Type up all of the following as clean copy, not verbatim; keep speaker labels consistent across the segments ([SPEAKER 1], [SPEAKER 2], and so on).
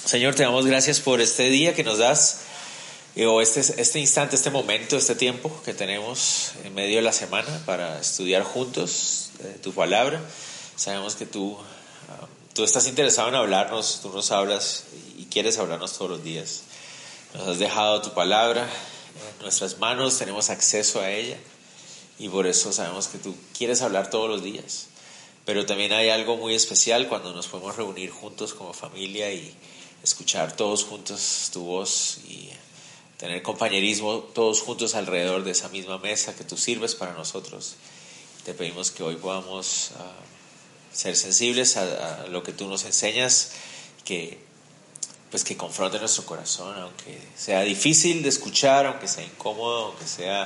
[SPEAKER 1] Señor, te damos gracias por este día que nos das, o este instante, este momento, este tiempo que tenemos en medio de la semana para estudiar juntos tu palabra. Sabemos que tú estás interesado en hablarnos, tú nos hablas y quieres hablarnos todos los días. Nos has dejado tu palabra en nuestras manos, tenemos acceso a ella y por eso sabemos que tú quieres hablar todos los días. Pero también hay algo muy especial cuando nos podemos reunir juntos como familia y escuchar todos juntos tu voz y tener compañerismo todos juntos alrededor de esa misma mesa que tú sirves para nosotros. Te pedimos que hoy podamos ser sensibles a lo que tú nos enseñas, que confronte nuestro corazón, aunque sea difícil de escuchar, aunque sea incómodo, aunque sea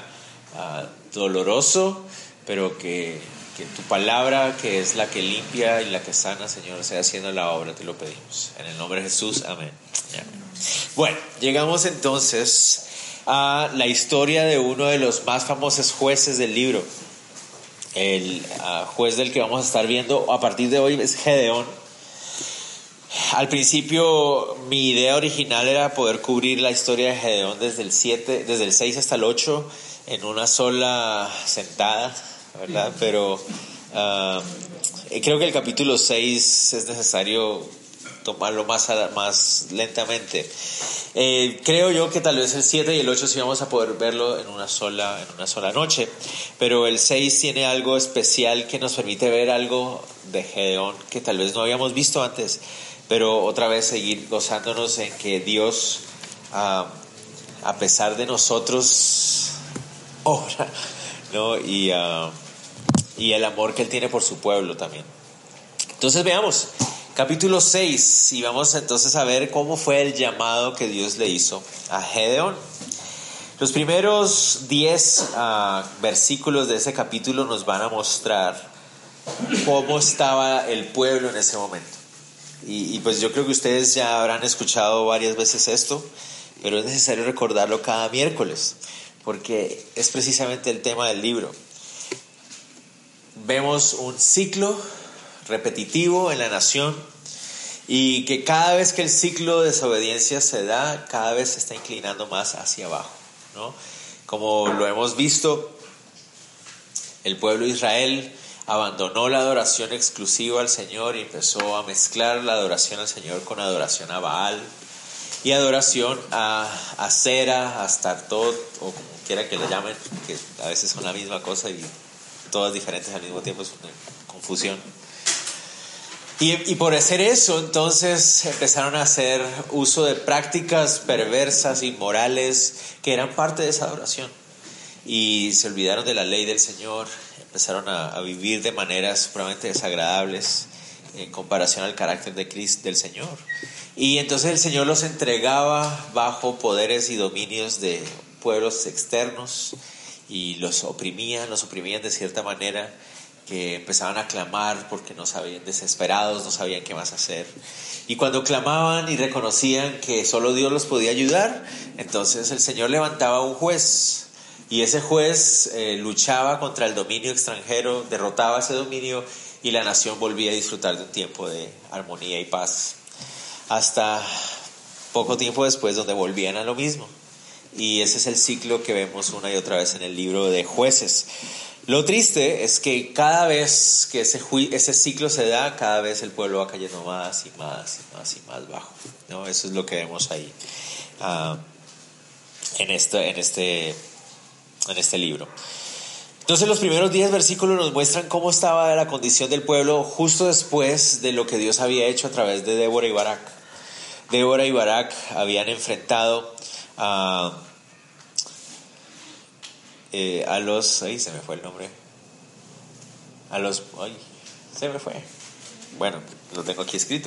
[SPEAKER 1] doloroso, pero que tu palabra, que es la que limpia y la que sana, Señor, sea haciendo la obra, te lo pedimos. En el nombre de Jesús, amén. Bueno, llegamos entonces a la historia de uno de los más famosos jueces del libro. El juez del que vamos a estar viendo a partir de hoy es Gedeón. Al principio mi idea original era poder cubrir la historia de Gedeón desde el 6 hasta el 8 en una sola sentada, ¿verdad? Pero creo que el capítulo 6 es necesario tomarlo más lentamente. Creo yo que tal vez el 7 y el 8 sí vamos a poder verlo en una sola noche, pero el 6 tiene algo especial que nos permite ver algo de Gedeón que tal vez no habíamos visto antes, pero otra vez seguir gozándonos en que Dios, a pesar de nosotros, obra, ¿no? Y el amor que Él tiene por su pueblo también. Entonces veamos capítulo 6 y vamos entonces a ver cómo fue el llamado que Dios le hizo a Gedeón. Los primeros 10 versículos de ese capítulo nos van a mostrar cómo estaba el pueblo en ese momento. Y pues yo creo que ustedes ya habrán escuchado varias veces esto, pero es necesario recordarlo cada miércoles, porque es precisamente el tema del libro. Vemos un ciclo repetitivo en la nación y que cada vez que el ciclo de desobediencia se da, cada vez se está inclinando más hacia abajo, ¿no? Como lo hemos visto, el pueblo de Israel abandonó la adoración exclusiva al Señor y empezó a mezclar la adoración al Señor con adoración a Baal y adoración a Asera, a Astartot, o como quiera que lo llamen, que a veces son la misma cosa y todas diferentes al mismo tiempo, es una confusión. Y por hacer eso, entonces empezaron a hacer uso de prácticas perversas, inmorales, que eran parte de esa adoración. Y se olvidaron de la ley del Señor, empezaron a vivir de maneras supremamente desagradables en comparación al carácter de Cristo, del Señor. Y entonces el Señor los entregaba bajo poderes y dominios de pueblos externos y los oprimían de cierta manera, que empezaban a clamar porque no sabían, desesperados, no sabían qué más hacer. Y cuando clamaban y reconocían que solo Dios los podía ayudar, entonces el Señor levantaba un juez, y ese juez luchaba contra el dominio extranjero, derrotaba ese dominio y la nación volvía a disfrutar de un tiempo de armonía y paz, hasta poco tiempo después, donde volvían a lo mismo. Y ese es el ciclo que vemos una y otra vez en el libro de Jueces. Lo triste es que cada vez que ese ciclo se da, cada vez el pueblo va cayendo más y más y más y más bajo, ¿no? Eso es lo que vemos ahí en este libro. Entonces los primeros 10 versículos nos muestran cómo estaba la condición del pueblo justo después de lo que Dios había hecho a través de Débora y Barak. Débora y Barak habían enfrentado a los... se me fue el nombre. Se me fue. Bueno, lo tengo aquí escrito.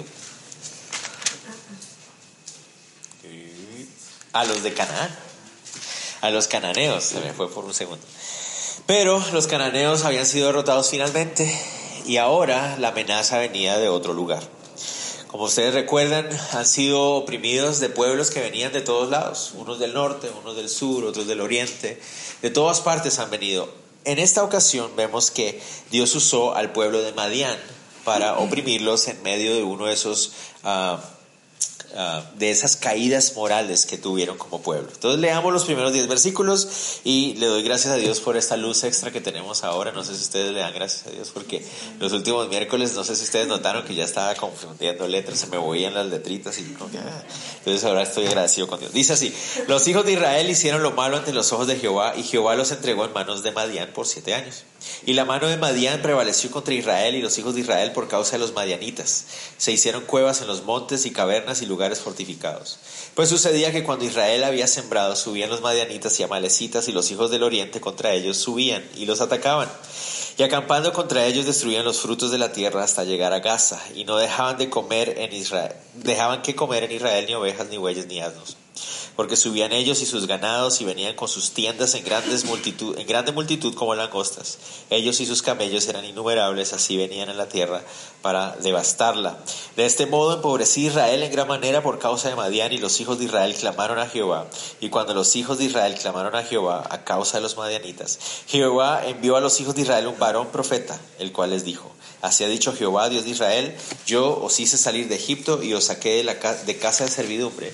[SPEAKER 1] A los de Canaán. A los cananeos, se me fue por un segundo. Pero los cananeos habían sido derrotados finalmente y ahora la amenaza venía de otro lugar. Como ustedes recuerdan, han sido oprimidos de pueblos que venían de todos lados, unos del norte, unos del sur, otros del oriente, de todas partes han venido. En esta ocasión vemos que Dios usó al pueblo de Madián para oprimirlos en medio de uno de esos de esas caídas morales que tuvieron como pueblo. Entonces leamos los primeros 10 versículos y le doy gracias a Dios por esta luz extra que tenemos ahora. No sé si ustedes le dan gracias a Dios porque los últimos miércoles, no sé si ustedes notaron que ya estaba confundiendo letras, se me movían las letritas y entonces ahora estoy agradecido con Dios. Dice así: los hijos de Israel hicieron lo malo ante los ojos de Jehová, y Jehová los entregó en manos de Madián por 7 años. Y la mano de Madián prevaleció contra Israel, y los hijos de Israel, por causa de los madianitas, se hicieron cuevas en los montes y cavernas y lugares fortificados. Pues sucedía que cuando Israel había sembrado, subían los madianitas y amalecitas, y los hijos del oriente contra ellos subían y los atacaban. Y acampando contra ellos destruían los frutos de la tierra hasta llegar a Gaza, y no dejaban que comer en Israel ni ovejas, ni bueyes, ni asnos. Porque subían ellos y sus ganados, y venían con sus tiendas en grande multitud como langostas. Ellos y sus camellos eran innumerables, así venían a la tierra para devastarla. De este modo empobrecí Israel en gran manera por causa de Madián, y los hijos de Israel clamaron a Jehová. Y cuando los hijos de Israel clamaron a Jehová a causa de los madianitas, Jehová envió a los hijos de Israel un varón profeta, el cual les dijo: así ha dicho Jehová, Dios de Israel: yo os hice salir de Egipto y os saqué de casa de servidumbre.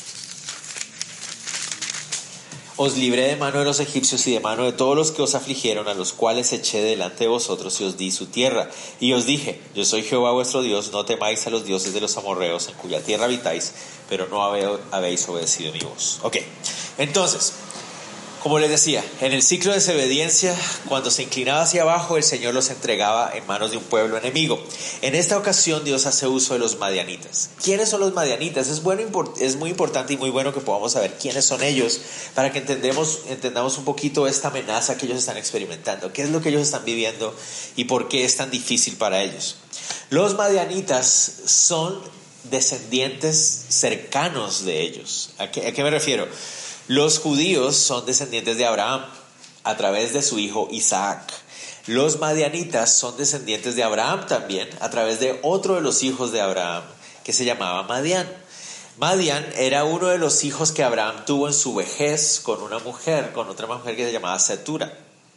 [SPEAKER 1] Os libré de mano de los egipcios y de mano de todos los que os afligieron, a los cuales eché delante de vosotros y os di su tierra. Y os dije: yo soy Jehová vuestro Dios, no temáis a los dioses de los amorreos, en cuya tierra habitáis, pero no habéis obedecido mi voz. Ok, entonces, como les decía, en el ciclo de desobediencia, cuando se inclinaba hacia abajo, el Señor los entregaba en manos de un pueblo enemigo. En esta ocasión, Dios hace uso de los madianitas. ¿Quiénes son los madianitas? Es muy importante y muy bueno que podamos saber quiénes son ellos, para que entendamos un poquito esta amenaza que ellos están experimentando, qué es lo que ellos están viviendo y por qué es tan difícil para ellos. Los madianitas son descendientes cercanos de ellos. ¿A qué me refiero? Los judíos son descendientes de Abraham a través de su hijo Isaac. Los madianitas son descendientes de Abraham también a través de otro de los hijos de Abraham, que se llamaba Madián. Madián era uno de los hijos que Abraham tuvo en su vejez con otra mujer que se llamaba Setura.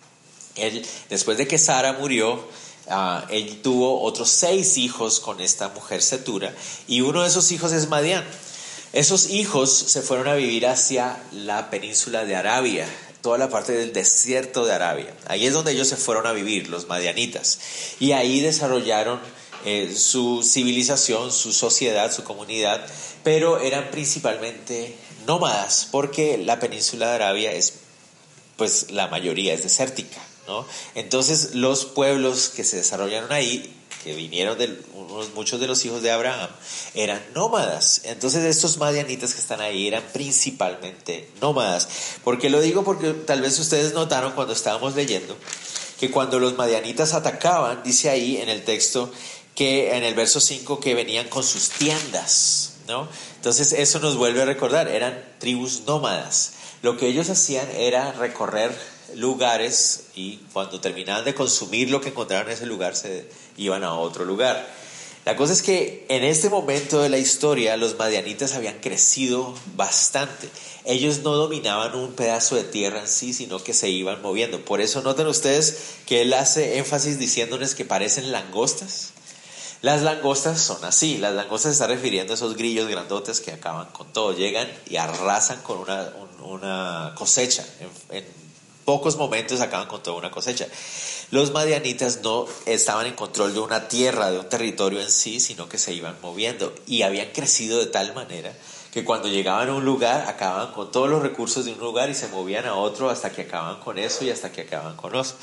[SPEAKER 1] Él, después de que Sara murió, él tuvo otros 6 hijos con esta mujer Setura, y uno de esos hijos es Madián. Esos hijos se fueron a vivir hacia la península de Arabia, toda la parte del desierto de Arabia. Ahí es donde ellos se fueron a vivir, los madianitas. Y ahí desarrollaron su civilización, su sociedad, su comunidad, pero eran principalmente nómadas, porque la península de Arabia pues la mayoría es desértica, ¿no? Entonces los pueblos que se desarrollaron ahí, que vinieron muchos de los hijos de Abraham, eran nómadas. Entonces estos madianitas que están ahí eran principalmente nómadas. ¿Por qué lo digo? Porque tal vez ustedes notaron cuando estábamos leyendo que cuando los madianitas atacaban, dice ahí en el texto, que en el verso 5, que venían con sus tiendas, ¿no? Entonces eso nos vuelve a recordar, eran tribus nómadas. Lo que ellos hacían era recorrer lugares, y cuando terminaban de consumir lo que encontraron en ese lugar, se iban a otro lugar. La cosa es que en este momento de la historia los madianitas habían crecido bastante. Ellos no dominaban un pedazo de tierra en sí, sino que se iban moviendo. Por eso notan ustedes que él hace énfasis diciéndoles que parecen langostas. Las langostas son así. Las langostas se está refiriendo a esos grillos grandotes que acaban con todo, llegan y arrasan con una cosecha. En pocos momentos acaban con toda una cosecha. Los madianitas no estaban en control de una tierra, de un territorio en sí, sino que se iban moviendo y habían crecido de tal manera que cuando llegaban a un lugar acababan con todos los recursos de un lugar y se movían a otro hasta que acababan con eso y hasta que acababan con eso.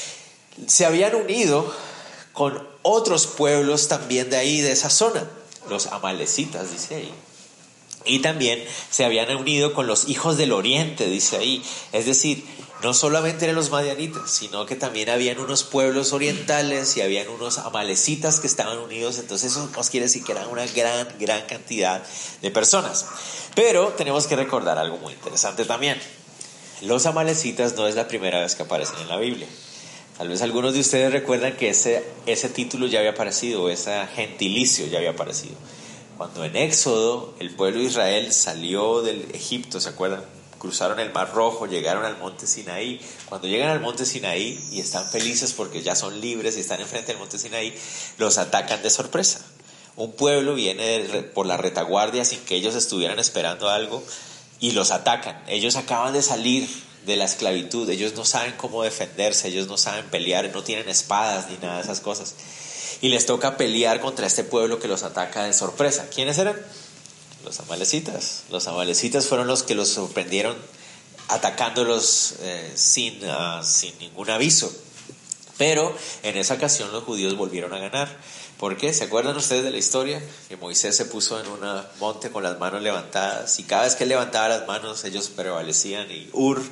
[SPEAKER 1] Se habían unido con otros pueblos también de ahí, de esa zona, los amalecitas, dice ahí. Y también se habían unido con los hijos del oriente, dice ahí. Es decir, no solamente eran los madianitas, sino que también habían unos pueblos orientales y habían unos amalecitas que estaban unidos. Entonces eso nos quiere decir que era una gran cantidad de personas. Pero tenemos que recordar algo muy interesante también. Los amalecitas no es la primera vez que aparecen en la Biblia. Tal vez algunos de ustedes recuerdan que ese título ya había aparecido, ese gentilicio ya había aparecido. Cuando en Éxodo el pueblo de Israel salió del Egipto, ¿se acuerdan? Cruzaron el Mar Rojo, llegaron al monte Sinaí. Cuando llegan al monte Sinaí y están felices porque ya son libres y están enfrente del monte Sinaí, los atacan de sorpresa. Un pueblo viene por la retaguardia sin que ellos estuvieran esperando algo y los atacan. Ellos acaban de salir de la esclavitud, ellos no saben cómo defenderse, ellos no saben pelear, no tienen espadas ni nada de esas cosas. Y les toca pelear contra este pueblo que los ataca de sorpresa. ¿Quiénes eran? Los amalecitas. Los amalecitas fueron los que los sorprendieron atacándolos sin ningún aviso. Pero en esa ocasión los judíos volvieron a ganar. ¿Por qué? ¿Se acuerdan ustedes de la historia? Que Moisés se puso en un monte con las manos levantadas y cada vez que él levantaba las manos ellos prevalecían, y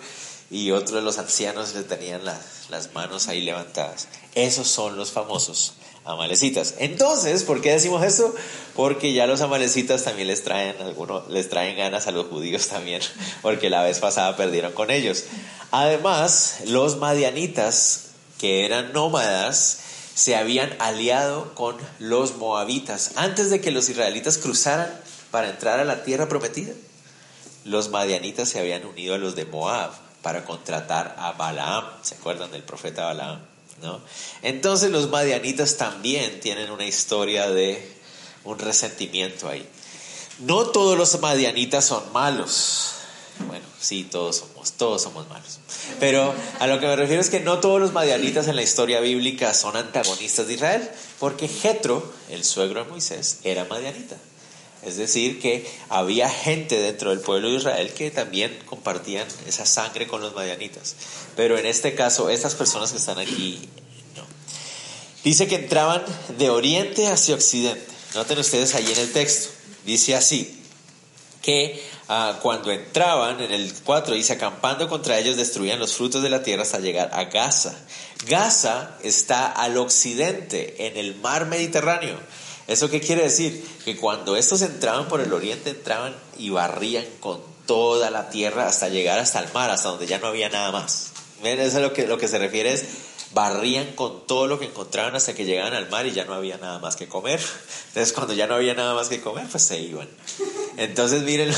[SPEAKER 1] y otros de los ancianos le tenían las manos ahí levantadas. Esos son los famosos amalecitas. Entonces, ¿por qué decimos eso? Porque ya los amalecitas también les traen ganas a los judíos también, porque la vez pasada perdieron con ellos. Además, los madianitas, que eran nómadas, se habían aliado con los moabitas. Antes de que los israelitas cruzaran para entrar a la tierra prometida, los madianitas se habían unido a los de Moab para contratar a Balaam. ¿Se acuerdan del profeta Balaam? ¿No? Entonces los madianitas también tienen una historia de un resentimiento ahí. No todos los madianitas son malos. Bueno, sí, todos somos malos. Pero a lo que me refiero es que no todos los madianitas en la historia bíblica son antagonistas de Israel, porque Jetro, el suegro de Moisés, era madianita. Es decir, que había gente dentro del pueblo de Israel que también compartían esa sangre con los madianitas. Pero en este caso, estas personas que están aquí, no. Dice que entraban de oriente hacia occidente. Noten ustedes ahí en el texto. Dice así, que cuando entraban, en el 4 dice, acampando contra ellos destruían los frutos de la tierra hasta llegar a Gaza. Gaza está al occidente, en el mar Mediterráneo. ¿Eso qué quiere decir? Que cuando estos entraban por el oriente, entraban y barrían con toda la tierra hasta llegar hasta el mar, hasta donde ya no había nada más. ¿Ven? Eso es lo que se refiere, es barrían con todo lo que encontraban hasta que llegaban al mar y ya no había nada más que comer. Entonces cuando ya no había nada más que comer, pues se iban. Entonces miren,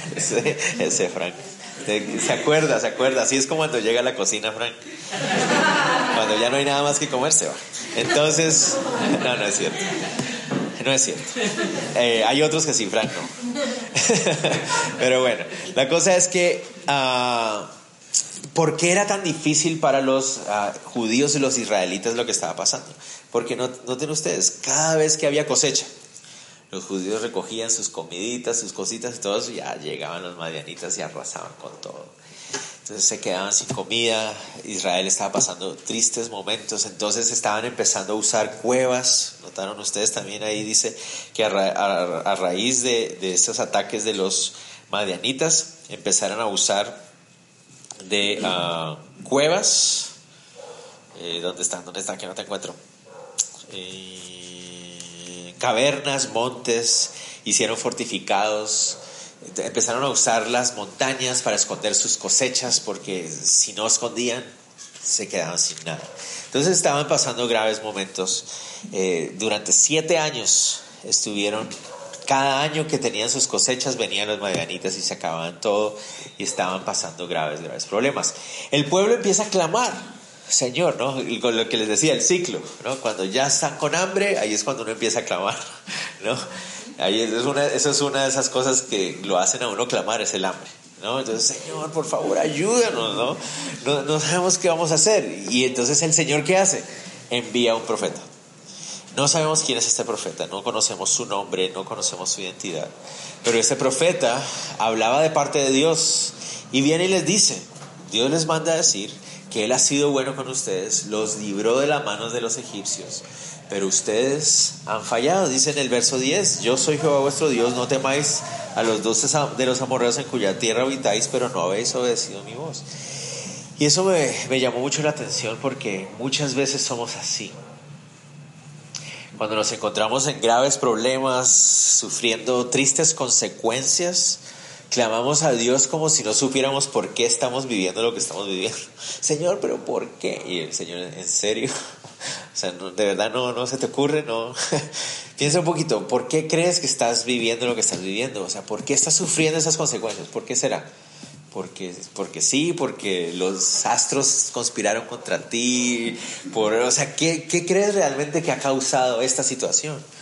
[SPEAKER 1] ese Frank, se acuerda, así es como cuando llega a la cocina Frank. Cuando ya no hay nada más que comer, se va. Entonces, no es cierto. No es cierto. Hay otros que sí, Frank no. Pero bueno, la cosa es que ¿por qué era tan difícil para los judíos y los israelitas lo que estaba pasando? Porque noten ustedes, cada vez que había cosecha, los judíos recogían sus comiditas, sus cositas y todo eso, y ya llegaban los madianitas y arrasaban con todo. Entonces se quedaban sin comida. Israel estaba pasando tristes momentos, entonces estaban empezando a usar cuevas. Notaron ustedes también ahí, dice que a raíz de esos ataques de los madianitas, empezaron a usar de cuevas. ¿Dónde están? Que no te encuentro. Cavernas, montes, hicieron fortificados. Empezaron a usar las montañas para esconder sus cosechas, porque si no escondían se quedaban sin nada. Entonces estaban pasando graves momentos. Durante 7 años estuvieron, cada año que tenían sus cosechas venían los madianitas y se acababan todo, y estaban pasando graves problemas. El pueblo empieza a clamar, Señor, ¿no? Y con lo que les decía, el ciclo, ¿no? Cuando ya están con hambre, ahí es cuando uno empieza a clamar, ¿no? Ahí eso es una de esas cosas que lo hacen a uno clamar, es el hambre, ¿no? Entonces, Señor, por favor, ayúdanos, ¿no? No sabemos qué vamos a hacer. Y entonces el Señor, ¿qué hace? Envía un profeta. No sabemos quién es este profeta, no conocemos su nombre, no conocemos su identidad. Pero este profeta hablaba de parte de Dios y viene y les dice, Dios les manda a decir que Él ha sido bueno con ustedes, los libró de las manos de los egipcios, pero ustedes han fallado. Dice en el verso 10, yo soy Jehová vuestro Dios, no temáis a los dioses de los amorreos en cuya tierra habitáis, pero no habéis obedecido mi voz. Y eso me llamó mucho la atención, porque muchas veces somos así. Cuando nos encontramos en graves problemas, sufriendo tristes consecuencias, clamamos a Dios como si no supiéramos por qué estamos viviendo lo que estamos viviendo. Señor, ¿pero por qué? Y el Señor, ¿en serio? O sea, ¿de verdad no se te ocurre? No. Piensa un poquito, ¿por qué crees que estás viviendo lo que estás viviendo? O sea, ¿por qué estás sufriendo esas consecuencias? ¿Por qué será? Porque sí, porque los astros conspiraron contra ti. O sea, ¿qué crees realmente que ha causado esta situación?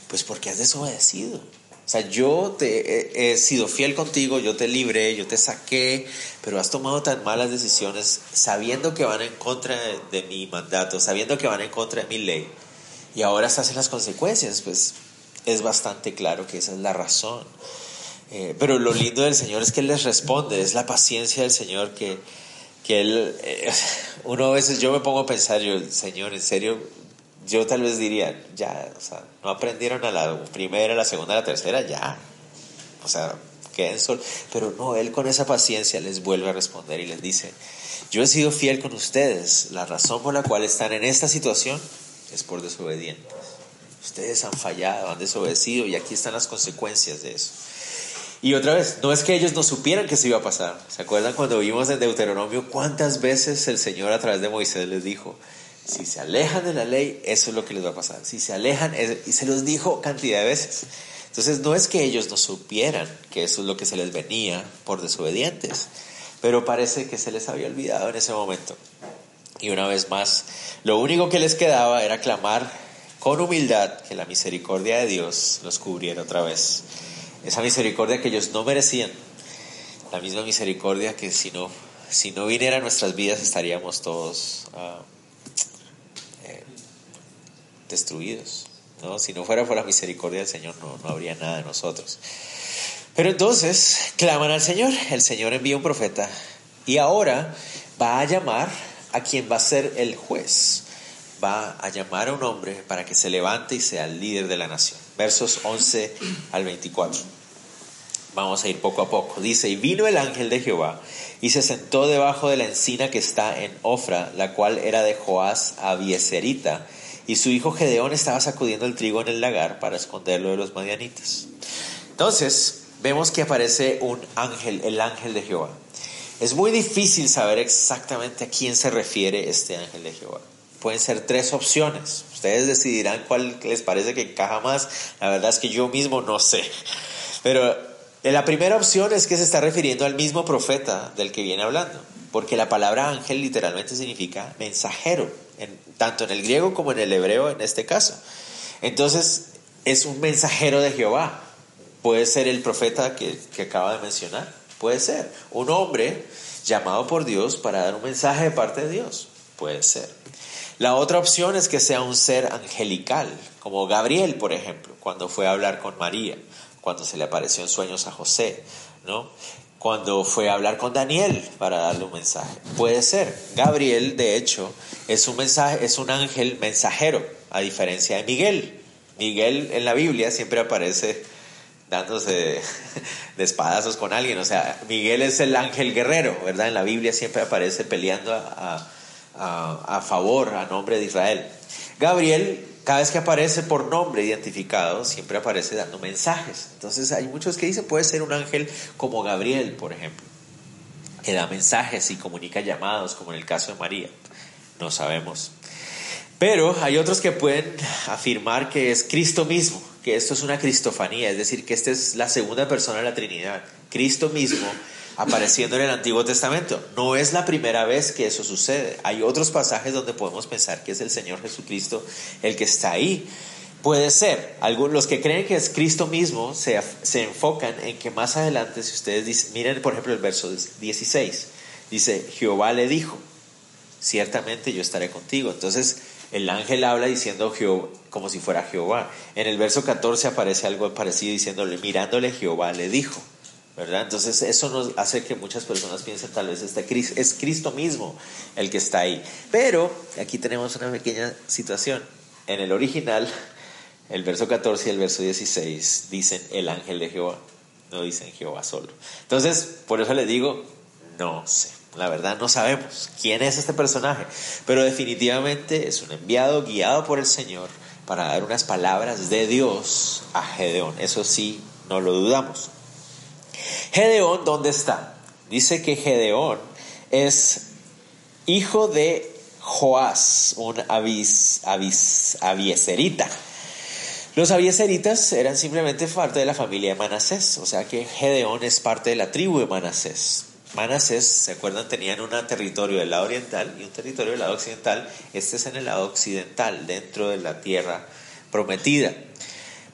[SPEAKER 1] Pues porque has desobedecido. O sea, yo te he sido fiel contigo, yo te libré, yo te saqué, pero has tomado tan malas decisiones sabiendo que van en contra de mi mandato, sabiendo que van en contra de mi ley, y ahora estás en las consecuencias. Pues es bastante claro que esa es la razón. Pero lo lindo del Señor es que Él les responde, es la paciencia del Señor que Él, uno a veces yo me pongo a pensar, yo, Señor, en serio, yo tal vez diría, ya, o sea, no aprendieron a la primera, a la segunda, a la tercera, ya, o sea, queden solos. Pero no, Él con esa paciencia les vuelve a responder y les dice, yo he sido fiel con ustedes, la razón por la cual están en esta situación es por desobedientes. Ustedes han fallado, han desobedecido, y aquí están las consecuencias de eso. Y otra vez, no es que ellos no supieran que se iba a pasar. ¿Se acuerdan cuando vimos en Deuteronomio cuántas veces el Señor a través de Moisés les dijo, si se alejan de la ley, eso es lo que les va a pasar? Si se alejan, y se los dijo cantidad de veces. Entonces no es que ellos no supieran que eso es lo que se les venía por desobedientes, pero parece que se les había olvidado en ese momento. Y una vez más, lo único que les quedaba era clamar con humildad que la misericordia de Dios los cubriera otra vez. Esa misericordia que ellos no merecían, la misma misericordia que si no viniera a nuestras vidas estaríamos todos destruidos, ¿no? Si no fuera por la misericordia del Señor no habría nada de nosotros. Pero entonces claman al Señor, el Señor envía un profeta y ahora va a llamar a quien va a ser el juez. Va a llamar a un hombre para que se levante y sea el líder de la nación. Versos 11 al 24. Vamos a ir poco a poco. Dice, y vino el ángel de Jehová y se sentó debajo de la encina que está en Ofra, la cual era de Joás Abieserita, y su hijo Gedeón estaba sacudiendo el trigo en el lagar para esconderlo de los madianitas. Entonces vemos que aparece un ángel, el ángel de Jehová. Es muy difícil saber exactamente a quién se refiere este ángel de Jehová. Pueden ser tres opciones. Ustedes decidirán cuál les parece que encaja más. La verdad es que yo mismo no sé. Pero la primera opción es que se está refiriendo al mismo profeta del que viene hablando. Porque la palabra ángel literalmente significa mensajero. Tanto en el griego como en el hebreo en este caso. Entonces es un mensajero de Jehová. Puede ser el profeta que acaba de mencionar. Puede ser un hombre llamado por Dios para dar un mensaje de parte de Dios. Puede ser. La otra opción es que sea un ser angelical, como Gabriel, por ejemplo, cuando fue a hablar con María, cuando se le apareció en sueños a José, ¿no? Cuando fue a hablar con Daniel para darle un mensaje. Puede ser. Gabriel, de hecho, es un ángel mensajero, a diferencia de Miguel. Miguel en la Biblia siempre aparece dándose de espadazos con alguien. O sea, Miguel es el ángel guerrero, ¿verdad? En la Biblia siempre aparece peleando a favor, a nombre de Israel. Gabriel, cada vez que aparece por nombre identificado, siempre aparece dando mensajes. Entonces hay muchos que dicen puede ser un ángel como Gabriel, por ejemplo, que da mensajes y comunica llamados, como en el caso de María. No sabemos. Pero hay otros que pueden afirmar que es Cristo mismo, que esto es una cristofanía, es decir, que esta es la segunda persona de la Trinidad, Cristo mismo apareciendo en el Antiguo Testamento. No es la primera vez que eso sucede. Hay otros pasajes donde podemos pensar que es el Señor Jesucristo el que está ahí. Puede ser. Los que creen que es Cristo mismo se enfocan en que más adelante, si ustedes miren por ejemplo el verso 16, dice, Jehová le dijo, ciertamente yo estaré contigo. Entonces el ángel habla diciendo Jehová, como si fuera Jehová. En el verso 14 aparece algo parecido diciéndole, mirándole Jehová le dijo, ¿verdad? Entonces eso nos hace que muchas personas piensen tal vez es Cristo mismo el que está ahí. Pero aquí tenemos una pequeña situación. En el original, el verso 14 y el verso 16 dicen el ángel de Jehová, no dicen Jehová solo. Entonces, por eso les digo, no sé. La verdad no sabemos quién es este personaje, pero definitivamente es un enviado guiado por el Señor para dar unas palabras de Dios a Gedeón. Eso sí, no lo dudamos. Gedeón, ¿dónde está? Dice que Gedeón es hijo de Joás, un abieserita. Los abieseritas eran simplemente parte de la familia de Manasés, o sea que Gedeón es parte de la tribu de Manasés. Manasés, ¿se acuerdan? Tenían un territorio del lado oriental y un territorio del lado occidental. Este es en el lado occidental, dentro de la tierra prometida.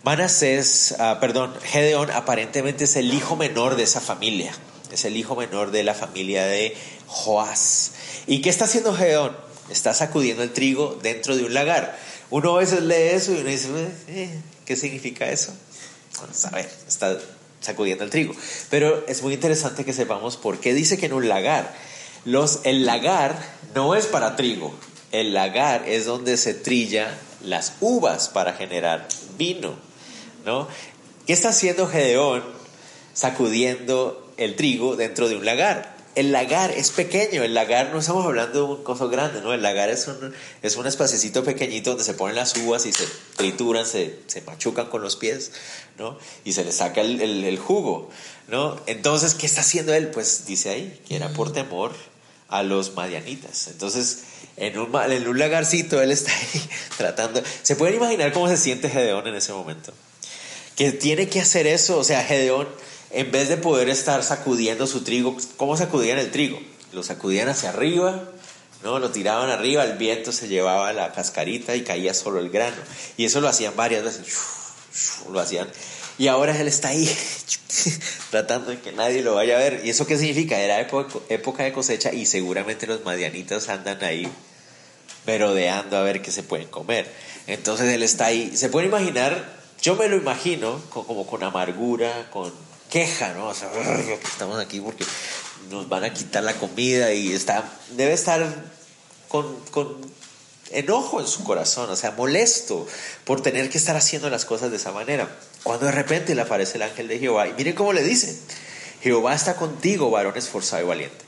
[SPEAKER 1] Gedeón aparentemente es el hijo menor de esa familia. Es el hijo menor de la familia de Joás. ¿Y qué está haciendo Gedeón? Está sacudiendo el trigo dentro de un lagar. Uno a veces lee eso y uno dice, ¿qué significa eso? Bueno, a ver, está sacudiendo el trigo. Pero es muy interesante que sepamos por qué dice que en un lagar. El lagar no es para trigo. El lagar es donde se trilla las uvas para generar vino, ¿no? ¿Qué está haciendo Gedeón sacudiendo el trigo dentro de un lagar? El lagar es pequeño, el lagar no estamos hablando de un coso grande, ¿no? El lagar es un espaciecito pequeñito donde se ponen las uvas y se trituran, se machucan con los pies, ¿no? Y se le saca el jugo, ¿no? Entonces, ¿qué está haciendo él? Pues dice ahí que era por temor a los madianitas. Entonces, en un lagarcito él está ahí tratando. ¿Se pueden imaginar cómo se siente Gedeón en ese momento? Que tiene que hacer eso, o sea, Gedeón, en vez de poder estar sacudiendo su trigo, ¿cómo sacudían el trigo? Lo sacudían hacia arriba, ¿no? Lo tiraban arriba, el viento se llevaba la cascarita y caía solo el grano. Y eso lo hacían varias veces, lo hacían. Y ahora él está ahí, tratando de que nadie lo vaya a ver. ¿Y eso qué significa? Era época de cosecha y seguramente los madianitas andan ahí merodeando a ver qué se pueden comer. Entonces él está ahí, ¿se pueden imaginar? Yo me lo imagino como con amargura, con queja, ¿no? O sea, estamos aquí porque nos van a quitar la comida y debe estar con enojo en su corazón, o sea, molesto por tener que estar haciendo las cosas de esa manera. Cuando de repente le aparece el ángel de Jehová y miren cómo le dice: Jehová está contigo, varón esforzado y valiente.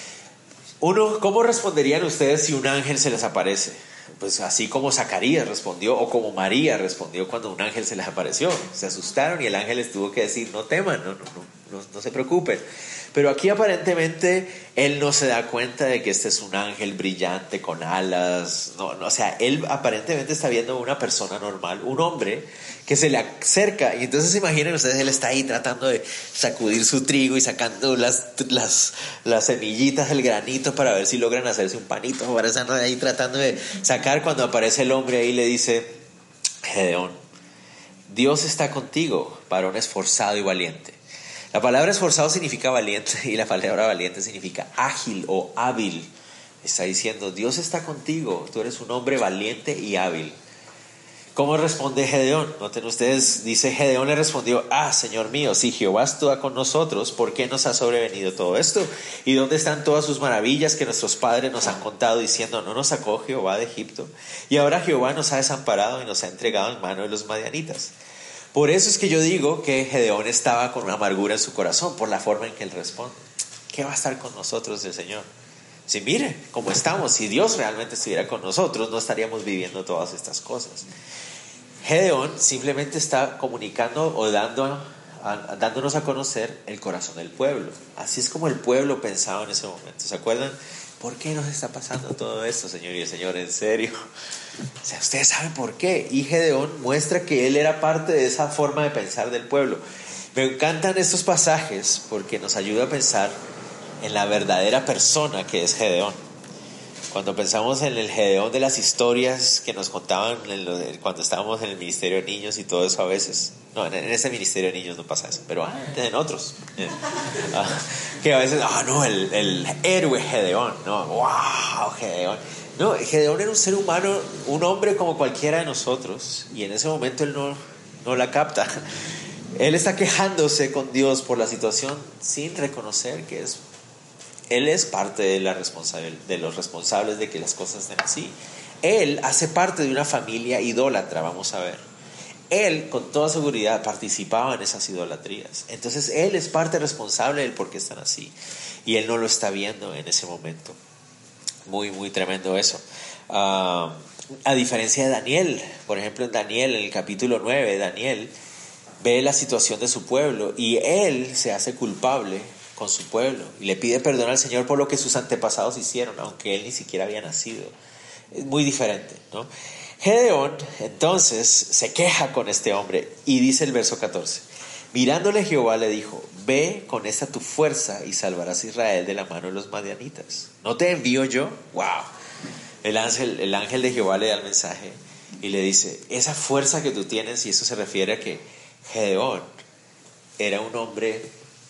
[SPEAKER 1] ¿Cómo responderían ustedes si un ángel se les aparece? Pues así como Zacarías respondió, o como María respondió cuando un ángel se les apareció. Se asustaron y el ángel les tuvo que decir: no teman, no se preocupen. Pero aquí aparentemente él no se da cuenta de que este es un ángel brillante con alas. O sea, él aparentemente está viendo a una persona normal, un hombre que se le acerca. Y entonces imaginen ustedes, él está ahí tratando de sacudir su trigo y sacando las semillitas, el granito, para ver si logran hacerse un panito. Ahora están ahí tratando de sacar, cuando aparece el hombre ahí le dice: Gedeón, Dios está contigo, varón esforzado y valiente. La palabra esforzado significa valiente y la palabra valiente significa ágil o hábil. Está diciendo: Dios está contigo, tú eres un hombre valiente y hábil. ¿Cómo responde Gedeón? Noten ustedes, dice: Gedeón le respondió: Señor mío, si Jehová está con nosotros, ¿por qué nos ha sobrevenido todo esto? ¿Y dónde están todas sus maravillas que nuestros padres nos han contado, diciendo: no nos sacó Jehová de Egipto? Y ahora Jehová nos ha desamparado y nos ha entregado en mano de los madianitas. Por eso es que yo digo que Gedeón estaba con una amargura en su corazón, por la forma en que él responde. ¿Qué va a estar con nosotros el Señor? Si mire cómo estamos, si Dios realmente estuviera con nosotros, no estaríamos viviendo todas estas cosas. Gedeón simplemente está comunicando o dándonos a conocer el corazón del pueblo. Así es como el pueblo pensaba en ese momento. ¿Se acuerdan? ¿Por qué nos está pasando todo esto, Señor? Y el Señor: ¿en serio? O sea, ustedes saben por qué. Y Gedeón muestra que él era parte de esa forma de pensar del pueblo. Me encantan estos pasajes porque nos ayuda a pensar en la verdadera persona que es Gedeón. Cuando pensamos en el Gedeón de las historias que nos contaban cuando estábamos en el ministerio de niños y todo eso, a veces, no, en ese ministerio de niños no pasa eso, pero antes en otros, que a veces, el héroe Gedeón, no, wow, Gedeón. No, Gedeón era un ser humano, un hombre como cualquiera de nosotros, y en ese momento él no la capta. Él está quejándose con Dios por la situación sin reconocer que él es parte de los responsables de que las cosas estén así. Él hace parte de una familia idólatra, vamos a ver. Él con toda seguridad participaba en esas idolatrías. Entonces él es parte responsable del por qué están así. Y él no lo está viendo en ese momento. Muy, muy tremendo eso. A diferencia de Daniel, por ejemplo, en Daniel, en el capítulo 9, Daniel ve la situación de su pueblo y él se hace culpable con su pueblo y le pide perdón al Señor por lo que sus antepasados hicieron, aunque él ni siquiera había nacido. Es muy diferente, ¿no? Gedeón entonces se queja con este hombre y dice el verso 14: mirándole Jehová le dijo: ve con esta tu fuerza y salvarás a Israel de la mano de los madianitas. ¿No te envío yo? ¡Wow! El ángel de Jehová le da el mensaje y le dice, esa fuerza que tú tienes, y eso se refiere a que Gedeón era un hombre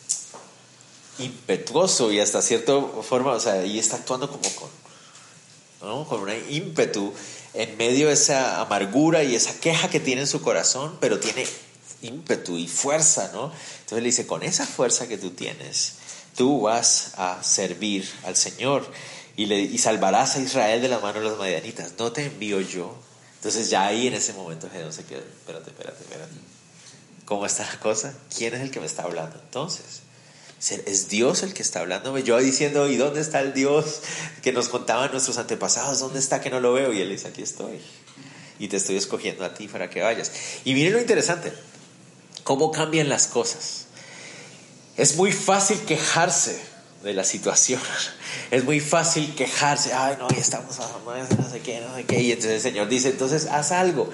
[SPEAKER 1] impetuoso y hasta cierta forma, o sea, y está actuando como con un ímpetu en medio de esa amargura y esa queja que tiene en su corazón, pero tiene ímpetu y fuerza, ¿no? Entonces le dice, con esa fuerza que tú tienes, tú vas a servir al Señor y salvarás a Israel de la mano de los madianitas. ¿No te envío yo? Entonces ya ahí en ese momento Gedeón se quedó, espérate. ¿Cómo está la cosa? ¿Quién es el que me está hablando entonces? ¿Es Dios el que está hablándome? Yo diciendo, ¿y dónde está el Dios que nos contaban nuestros antepasados? ¿Dónde está que no lo veo? Y él dice, aquí estoy. Y te estoy escogiendo a ti para que vayas. Y miren lo interesante, cómo cambian las cosas. Es muy fácil quejarse de la situación. Es muy fácil quejarse. Ay, no, ya estamos, no sé qué. Y entonces el Señor dice, entonces haz algo.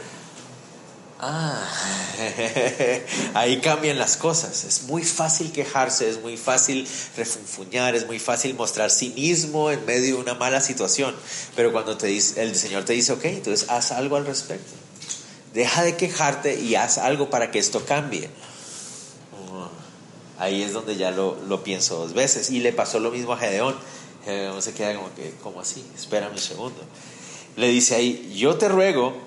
[SPEAKER 1] Ahí cambian las cosas. Es muy fácil quejarse, es muy fácil refunfuñar, es muy fácil mostrar cinismo en medio de una mala situación. Pero cuando el Señor te dice, ok, entonces haz algo al respecto. Deja de quejarte y haz algo para que esto cambie. Ahí es donde ya lo pienso dos veces. Y le pasó lo mismo a Gedeón. Gedeón se queda como así, espérame un segundo. Le dice ahí, yo te ruego.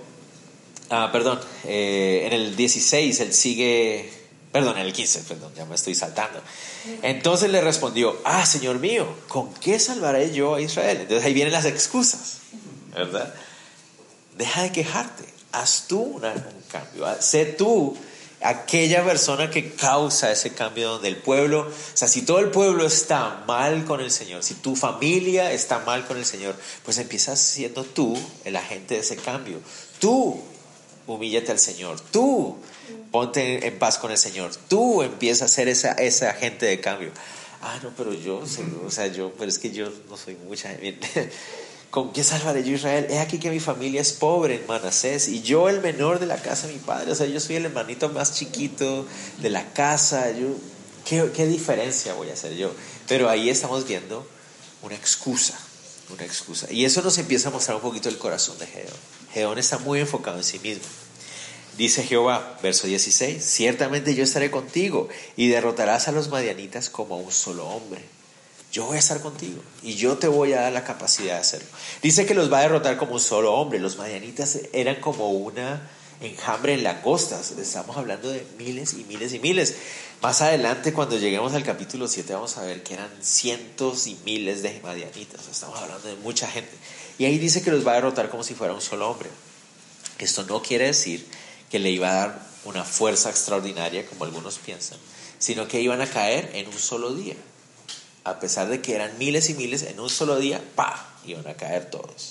[SPEAKER 1] En el 16 él sigue, en el 15, ya me estoy saltando. Entonces le respondió, Señor mío, ¿con qué salvaré yo a Israel? Entonces ahí vienen las excusas, ¿verdad? Deja de quejarte, haz tú un cambio, sé tú aquella persona que causa ese cambio donde el pueblo, o sea, si todo el pueblo está mal con el Señor, si tu familia está mal con el Señor, pues empiezas siendo tú el agente de ese cambio. Tú humíllate al Señor, tú ponte en paz con el Señor, tú empieza a ser ese agente de cambio. No, pero pero es que yo no soy mucha gente. ¿Con qué salvaré yo a Israel? He aquí que mi familia es pobre en Manasés y yo el menor de la casa de mi padre. O sea, yo soy el hermanito más chiquito de la casa. ¿Qué diferencia voy a hacer yo? Pero ahí estamos viendo una excusa. Y eso nos empieza a mostrar un poquito el corazón de Gedeón. Gedeón está muy enfocado en sí mismo. Dice Jehová, verso 16, ciertamente yo estaré contigo y derrotarás a los madianitas como a un solo hombre. Yo voy a estar contigo y yo te voy a dar la capacidad de hacerlo. Dice que los va a derrotar como un solo hombre. Los madianitas eran como una enjambre de langostas. Estamos hablando de miles y miles y miles. Más adelante, cuando lleguemos al capítulo 7, vamos a ver que eran cientos y miles de madianitas. Estamos hablando de mucha gente. Y ahí dice que los va a derrotar como si fuera un solo hombre. Esto no quiere decir que le iba a dar una fuerza extraordinaria, como algunos piensan, sino que iban a caer en un solo día. A pesar de que eran miles y miles, en un solo día, iban a caer todos.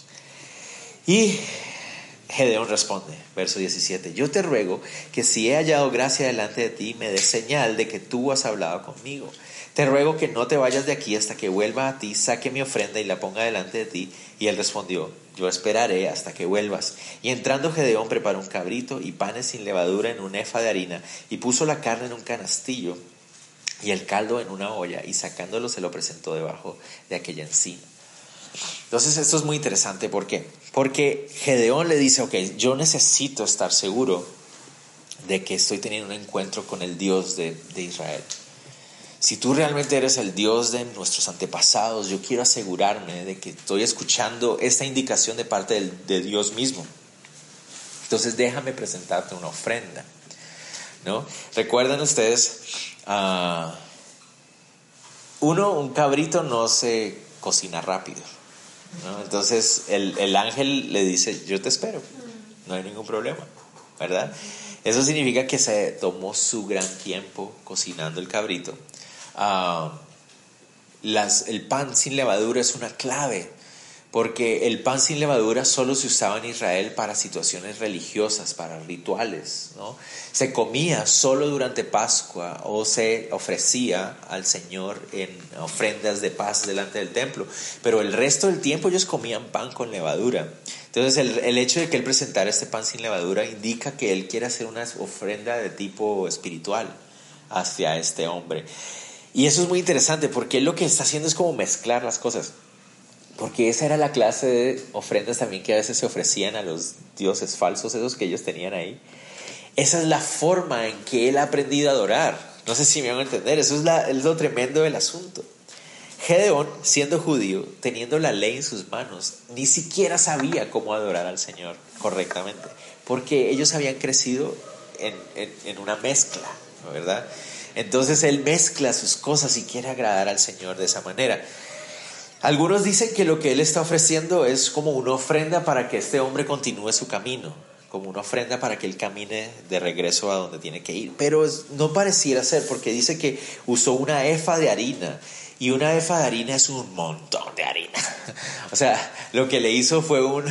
[SPEAKER 1] Y Gedeón responde, verso 17, yo te ruego que si he hallado gracia delante de ti, me des señal de que tú has hablado conmigo. Te ruego que no te vayas de aquí hasta que vuelva a ti, saque mi ofrenda y la ponga delante de ti. Y él respondió, yo esperaré hasta que vuelvas. Y entrando Gedeón preparó un cabrito y panes sin levadura en un efa de harina, y puso la carne en un canastillo y el caldo en una olla, y sacándolo se lo presentó debajo de aquella encina. Entonces esto es muy interesante. ¿Por qué? Porque Gedeón le dice, ok, yo necesito estar seguro de que estoy teniendo un encuentro con el Dios de Israel. Si tú realmente eres el Dios de nuestros antepasados, yo quiero asegurarme de que estoy escuchando esta indicación de parte de Dios mismo. Entonces déjame presentarte una ofrenda, ¿no? Recuerden ustedes, un cabrito no se cocina rápido, ¿no? Entonces el ángel le dice, yo te espero, no hay ningún problema, ¿verdad? Eso significa que se tomó su gran tiempo cocinando el cabrito. El pan sin levadura es una clave, porque el pan sin levadura solo se usaba en Israel para situaciones religiosas, para rituales, ¿no? Se comía solo durante Pascua o se ofrecía al Señor en ofrendas de paz delante del templo, pero el resto del tiempo ellos comían pan con levadura. Entonces el hecho de que él presentara este pan sin levadura indica que él quiere hacer una ofrenda de tipo espiritual hacia este hombre. Y eso es muy interesante porque él lo que está haciendo es como mezclar las cosas. Porque esa era la clase de ofrendas también que a veces se ofrecían a los dioses falsos, esos que ellos tenían ahí. Esa es la forma en que él ha aprendido a adorar. No sé si me van a entender, eso es lo tremendo del asunto. Gedeón, siendo judío, teniendo la ley en sus manos, ni siquiera sabía cómo adorar al Señor correctamente, porque ellos habían crecido en una mezcla, ¿no? ¿Verdad? Entonces él mezcla sus cosas y quiere agradar al Señor de esa manera. Algunos dicen que lo que él está ofreciendo es como una ofrenda para que este hombre continúe su camino, como una ofrenda para que él camine de regreso a donde tiene que ir. Pero no pareciera ser, porque dice que usó una efa de harina, y una efa de harina es un montón de harina. O sea, lo que le hizo fue una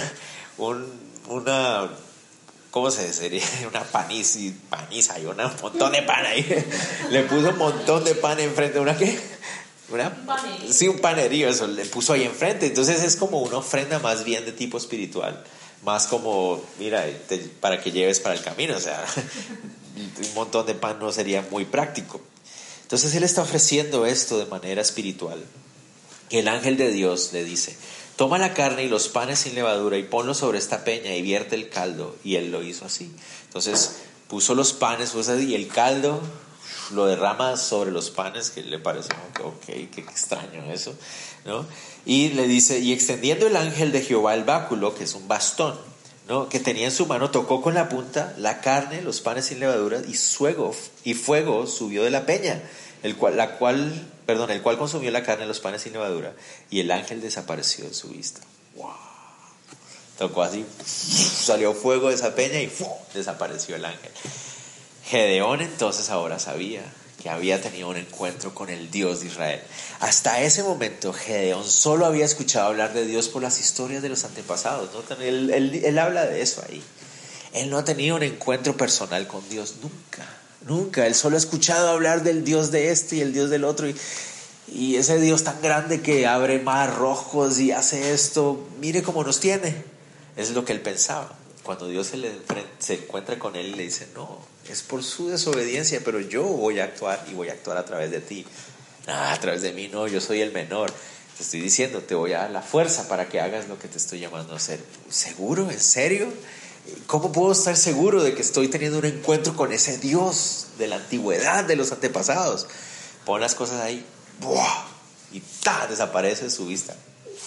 [SPEAKER 1] ¿cómo se dice? Una paniza y un montón de pan ahí. Le puso un montón de pan enfrente. ¿Una qué? Un panerío. Sí, un panerío, eso le puso ahí enfrente. Entonces es como una ofrenda más bien de tipo espiritual, más como, mira, para que lleves para el camino. O sea, un montón de pan no sería muy práctico. Entonces él está ofreciendo esto de manera espiritual. Y el ángel de Dios le dice: toma la carne y los panes sin levadura y ponlo sobre esta peña y vierte el caldo. Y él lo hizo así. Entonces puso los panes y el caldo lo derrama sobre los panes, que le parece, ok, qué extraño eso, ¿no? Y le dice: y extendiendo el ángel de Jehová el báculo, que es un bastón, ¿no?, que tenía en su mano, tocó con la punta la carne, los panes sin levadura, y fuego subió de la peña, el cual consumió la carne, los panes sin levadura, y el ángel desapareció de su vista. ¡Wow! Tocó así, salió fuego de esa peña y desapareció el ángel. Gedeón entonces ahora sabía que había tenido un encuentro con el Dios de Israel. Hasta ese momento Gedeón solo había escuchado hablar de Dios por las historias de los antepasados, ¿no? Él habla de eso ahí. Él no ha tenido un encuentro personal con Dios nunca. Él solo ha escuchado hablar del Dios de este y el Dios del otro, y ese Dios tan grande que abre mares rojos y hace esto, mire cómo nos tiene. Es lo que él pensaba. Cuando Dios se encuentra con él y le dice: no, es por su desobediencia, pero yo voy a actuar, y voy a actuar a través de ti. A través de mí no, yo soy el menor. Te estoy diciendo, te voy a dar la fuerza para que hagas lo que te estoy llamando a hacer. ¿Seguro? ¿En serio? ¿Cómo puedo estar seguro de que estoy teniendo un encuentro con ese Dios de la antigüedad, de los antepasados? Pon las cosas ahí, ¡buah!, y desaparece de su vista.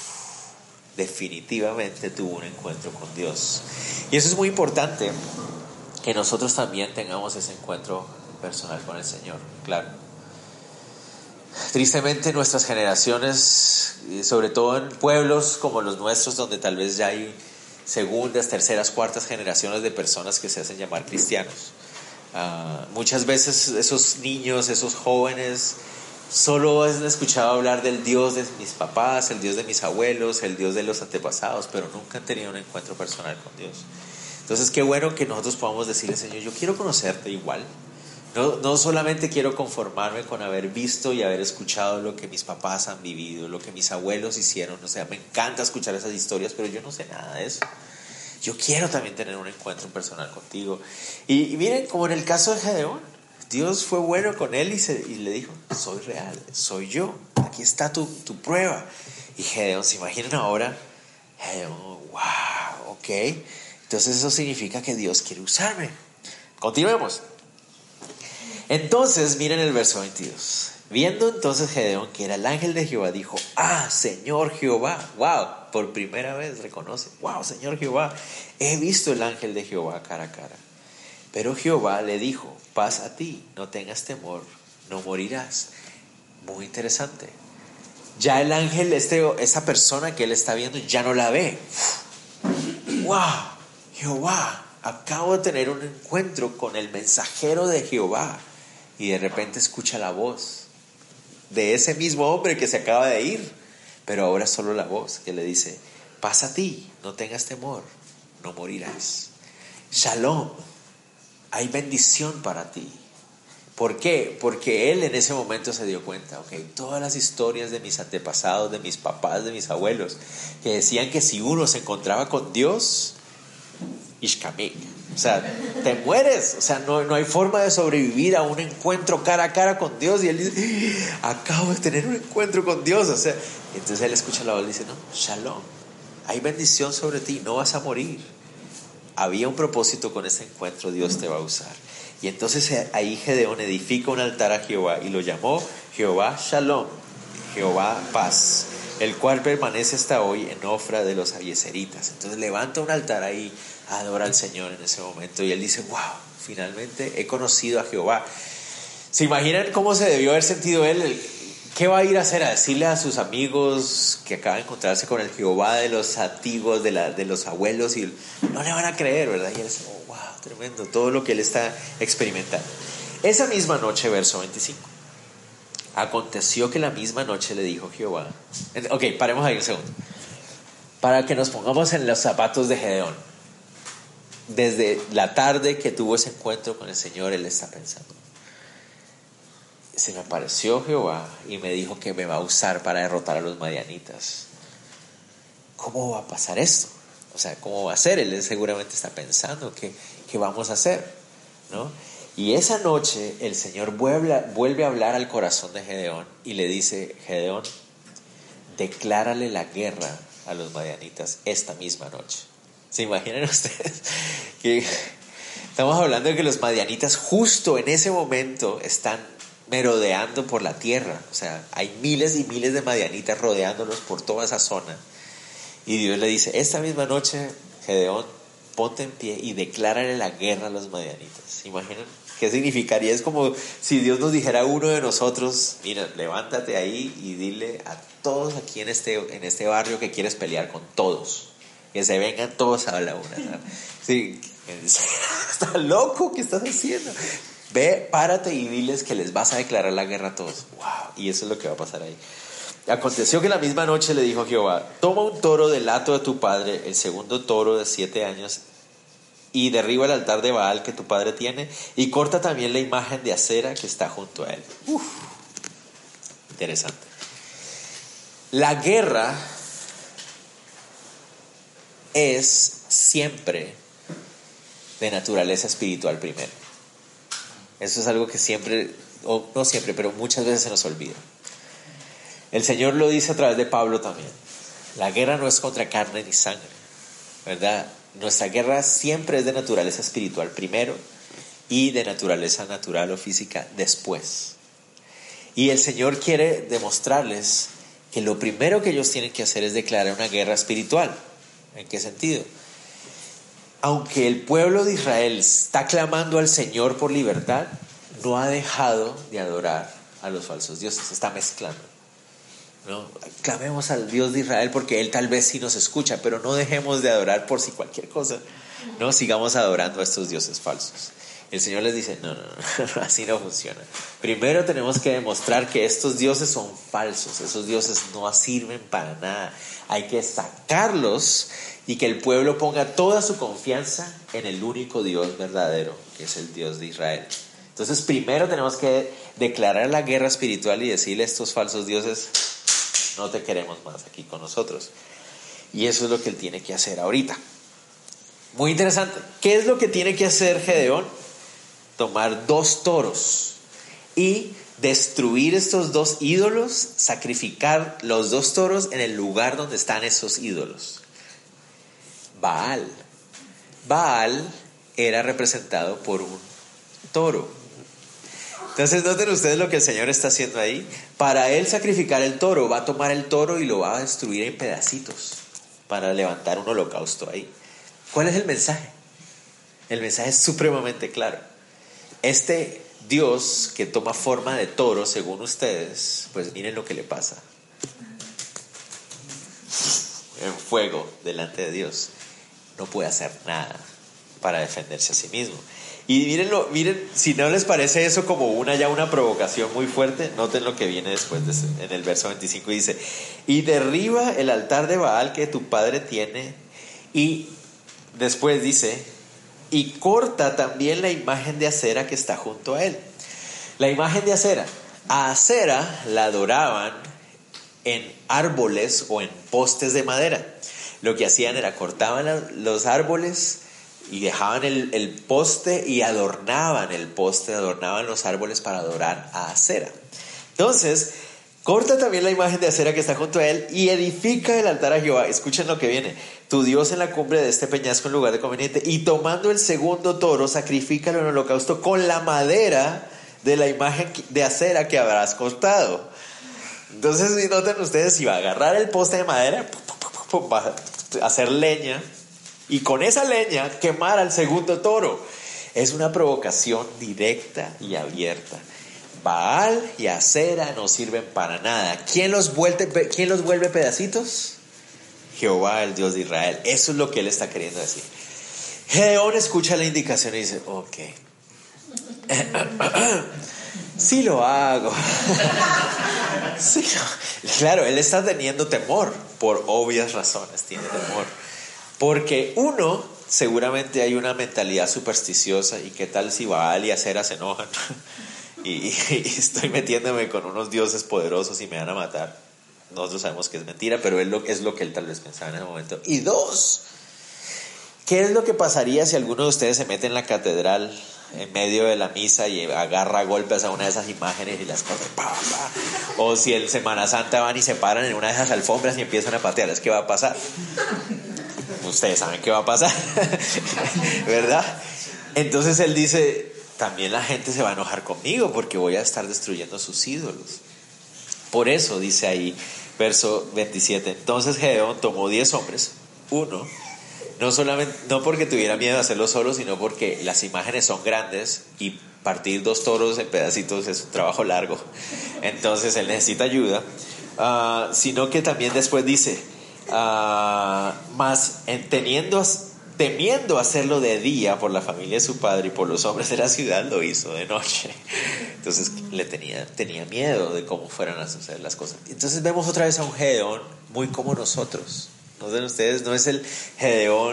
[SPEAKER 1] Definitivamente tuvo un encuentro con Dios. Y eso es muy importante, que nosotros también tengamos ese encuentro personal con el Señor. Claro, tristemente nuestras generaciones, sobre todo en pueblos como los nuestros, donde tal vez ya hay segundas, terceras, cuartas generaciones de personas que se hacen llamar cristianos, muchas veces esos niños, esos jóvenes, solo han escuchado hablar del Dios de mis papás, el Dios de mis abuelos, el Dios de los antepasados, pero nunca han tenido un encuentro personal con Dios. Entonces qué bueno que nosotros podamos decirle: Señor, yo quiero conocerte igual. No solamente quiero conformarme con haber visto y haber escuchado lo que mis papás han vivido, lo que mis abuelos hicieron. O sea, me encanta escuchar esas historias, pero yo no sé nada de eso. Yo quiero también tener un encuentro personal contigo. Y miren, como en el caso de Gedeón, Dios fue bueno con él y le dijo: soy real, soy yo, aquí está tu prueba. Y Gedeón, ¿se imaginan ahora? Gedeón, wow, ok. Entonces eso significa que Dios quiere usarme. Continuemos. Entonces miren el verso 22. Viendo entonces Gedeón que era el ángel de Jehová, dijo: Señor Jehová. Wow, por primera vez reconoce: wow, Señor Jehová, he visto el ángel de Jehová cara a cara. Pero Jehová le dijo: paz a ti, no tengas temor, no morirás. Muy interesante. Ya el ángel, esa persona que él está viendo, ya no la ve. Wow, Jehová, acabo de tener un encuentro con el mensajero de Jehová. Y de repente escucha la voz de ese mismo hombre que se acaba de ir, pero ahora solo la voz que le dice: paz a ti, no tengas temor, no morirás. Shalom, hay bendición para ti. ¿Por qué? Porque él en ese momento se dio cuenta, todas las historias de mis antepasados, de mis papás, de mis abuelos, que decían que si uno se encontraba con Dios, Ishkamik, O sea, te mueres. O sea, no hay forma de sobrevivir a un encuentro cara a cara con Dios. Y él dice, acabo de tener un encuentro con Dios. O sea, entonces él escucha la voz y dice, no, shalom, hay bendición sobre ti, no vas a morir. Había un propósito con ese encuentro, Dios te va a usar. Y entonces ahí Gedeón edifica un altar a Jehová y lo llamó Jehová Shalom, Jehová Paz, el cual permanece hasta hoy en Ofra de los abiezeritas. Entonces levanta un altar ahí, adora al Señor en ese momento y él dice, wow, finalmente he conocido a Jehová. ¿Se imaginan cómo se debió haber sentido él? ¿Qué va a ir a hacer? A decirle a sus amigos que acaban de encontrarse con el Jehová de los antiguos, de los abuelos, y no le van a creer, ¿verdad? Y él dice, oh, wow, tremendo, todo lo que él está experimentando. Esa misma noche, verso 25. Aconteció que la misma noche le dijo Jehová. Ok, paremos ahí un segundo. Para que nos pongamos en los zapatos de Gedeón. Desde la tarde que tuvo ese encuentro con el Señor, él está pensando, se me apareció Jehová y me dijo que me va a usar para derrotar a los madianitas. ¿Cómo va a pasar esto? O sea, ¿cómo va a ser? Él seguramente está pensando qué vamos a hacer, ¿no? Y esa noche el Señor vuelve a hablar al corazón de Gedeón y le dice, Gedeón, declárale la guerra a los madianitas esta misma noche. ¿Se imaginan ustedes? Que estamos hablando de que los madianitas justo en ese momento están merodeando por la tierra. O sea, hay miles y miles de madianitas rodeándolos por toda esa zona. Y Dios le dice, esta misma noche, Gedeón, ponte en pie y declárale la guerra a los madianitas. ¿Se imaginan? ¿Qué significaría? Es como si Dios nos dijera a uno de nosotros, mira, levántate ahí y dile a todos aquí en este barrio que quieres pelear con todos. Que se vengan todos a la una. Sí, ¿estás loco? ¿Qué estás haciendo? Ve, párate y diles que les vas a declarar la guerra a todos. Wow, y eso es lo que va a pasar ahí. Aconteció que la misma noche le dijo Jehová, toma un toro del hato de tu padre, el segundo toro de 7 años, y derriba el altar de Baal que tu padre tiene, y corta también la imagen de acera que está junto a él. Interesante. La guerra es siempre de naturaleza espiritual primero. Eso es algo que siempre, o no siempre, pero muchas veces se nos olvida. El Señor lo dice a través de Pablo también. La guerra no es contra carne ni sangre, ¿verdad? Nuestra guerra siempre es de naturaleza espiritual primero y de naturaleza natural o física después. Y el Señor quiere demostrarles que lo primero que ellos tienen que hacer es declarar una guerra espiritual. ¿En qué sentido? Aunque el pueblo de Israel está clamando al Señor por libertad, no ha dejado de adorar a los falsos dioses, se está mezclando, ¿no? Clamemos al Dios de Israel porque Él tal vez sí nos escucha, pero no dejemos de adorar por si cualquier cosa, no sigamos adorando a estos dioses falsos. El Señor les dice, no, así no funciona. Primero tenemos que demostrar que estos dioses son falsos, esos dioses no sirven para nada. Hay que sacarlos y que el pueblo ponga toda su confianza en el único Dios verdadero, que es el Dios de Israel. Entonces primero tenemos que declarar la guerra espiritual y decirle a estos falsos dioses, no te queremos más aquí con nosotros. Y eso es lo que él tiene que hacer ahorita. Muy interesante. ¿Qué es lo que tiene que hacer Gedeón? Tomar 2 toros y destruir estos 2 ídolos, sacrificar los 2 toros en el lugar donde están esos ídolos. Baal era representado por un toro. Entonces noten ustedes lo que el Señor está haciendo ahí. Para él sacrificar el toro, va a tomar el toro y lo va a destruir en pedacitos para levantar un holocausto ahí. ¿Cuál es el mensaje? El mensaje es supremamente claro. Este Dios que toma forma de toro, según ustedes, pues miren lo que le pasa. En fuego delante de Dios. No puede hacer nada para defenderse a sí mismo. Y miren, si no les parece eso como una provocación muy fuerte, noten lo que viene después en el verso 25 dice, y derriba el altar de Baal que tu padre tiene, y después dice, y corta también la imagen de acera que está junto a él. La imagen de acera, a acera la adoraban en árboles o en postes de madera. Lo que hacían era cortaban los árboles, y dejaban el poste y adornaban el poste, adornaban los árboles para adorar a Acera. Entonces corta también la imagen de Acera que está junto a él y edifica el altar a Jehová. Escuchen lo que viene: tu Dios en la cumbre de este peñasco en lugar de conveniente, y tomando el segundo toro, sacrifícalo en holocausto con la madera de la imagen de Acera que habrás cortado. Entonces, si notan ustedes, si va a agarrar el poste de madera, va a hacer leña, y con esa leña quemar al segundo toro. Es una provocación directa y abierta. Baal y Acera no sirven para nada. ¿Quién los vuelve pedacitos? Jehová, el Dios de Israel. Eso es lo que él está queriendo decir. Gedeón escucha la indicación y dice: ok, sí lo hago. Sí, claro, él está teniendo temor, por obvias razones tiene temor. Porque uno, seguramente hay una mentalidad supersticiosa. ¿Y qué tal si Baal y Acera se enojan? Y estoy metiéndome con unos dioses poderosos y me van a matar. Nosotros sabemos que es mentira, pero es lo que él tal vez pensaba en ese momento. Y dos, ¿qué es lo que pasaría si alguno de ustedes se mete en la catedral en medio de la misa y agarra golpes a una de esas imágenes y las cosas, pa, pa? O si en Semana Santa van y se paran en una de esas alfombras y empiezan a patearlas, ¿qué va a pasar? Ustedes saben qué va a pasar, ¿verdad? Entonces él dice: también la gente se va a enojar conmigo porque voy a estar destruyendo sus ídolos. Por eso dice ahí, verso 27, entonces Gedeón tomó 10 hombres, uno, no porque tuviera miedo de hacerlo solo, sino porque las imágenes son grandes y partir 2 toros en pedacitos es un trabajo largo. Entonces él necesita ayuda, sino que también después dice, temiendo hacerlo de día por la familia de su padre y por los hombres de la ciudad, lo hizo de noche. Entonces tenía miedo de cómo fueran a suceder las cosas. Entonces vemos otra vez a un Gedeón muy como nosotros. ¿No ven ustedes? No es el Gedeón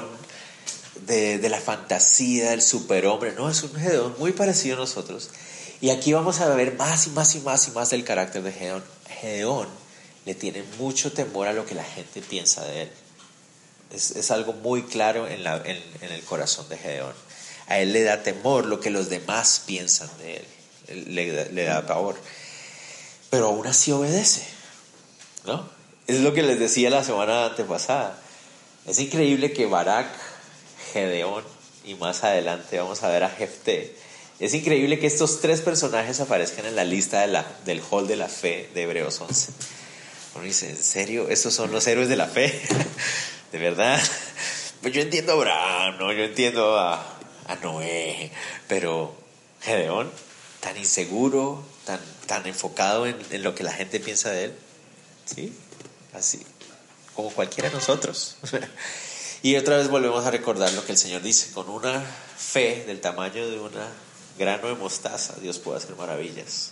[SPEAKER 1] de la fantasía, del superhombre. No, es un Gedeón muy parecido a nosotros. Y aquí vamos a ver más y más y más y más del carácter de Gedeón. Gedeón le tiene mucho temor a lo que la gente piensa de él. Es algo muy claro en el corazón de Gedeón. A él le da temor lo que los demás piensan de él. Le da pavor. Pero aún así obedece, ¿no? Es lo que les decía la semana antepasada. Es increíble que Barak, Gedeón y más adelante vamos a ver a Jefté. Es increíble que estos 3 personajes aparezcan en la lista del hall de la fe de Hebreos 11. Uno dice: ¿en serio? ¿Esos son los héroes de la fe? ¿De verdad? Pues yo entiendo a Abraham, ¿no? Yo entiendo a Noé, pero Gedeón, tan inseguro, tan enfocado en lo que la gente piensa de él, ¿sí? Así, como cualquiera de nosotros. Y otra vez volvemos a recordar lo que el Señor dice: con una fe del tamaño de un grano de mostaza, Dios puede hacer maravillas.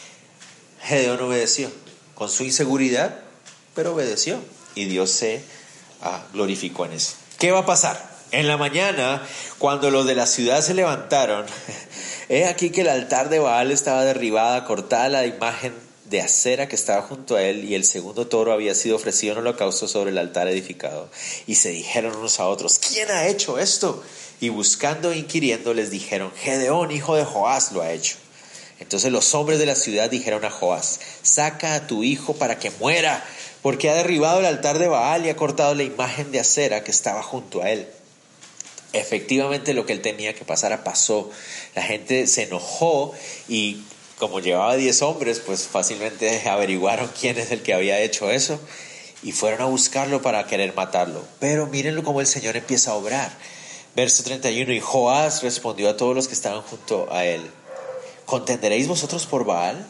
[SPEAKER 1] Gedeón obedeció, con su inseguridad, pero obedeció, y Dios se glorificó en eso. ¿Qué va a pasar? En la mañana, cuando los de la ciudad se levantaron, he aquí que el altar de Baal estaba derribada, cortada la imagen de Acera que estaba junto a él, y el segundo toro había sido ofrecido en holocausto sobre el altar edificado. Y se dijeron unos a otros: ¿quién ha hecho esto? Y buscando e inquiriendo les dijeron: Gedeón, hijo de Joás, lo ha hecho. Entonces los hombres de la ciudad dijeron a Joás: saca a tu hijo para que muera, porque ha derribado el altar de Baal y ha cortado la imagen de Acera que estaba junto a él. Efectivamente, lo que él tenía que pasar pasó. La gente se enojó y como llevaba 10 hombres, pues fácilmente averiguaron quién es el que había hecho eso y fueron a buscarlo para querer matarlo. Pero mírenlo cómo el Señor empieza a obrar. Verso 31, y Joás respondió a todos los que estaban junto a él: ¿contenderéis vosotros por Baal?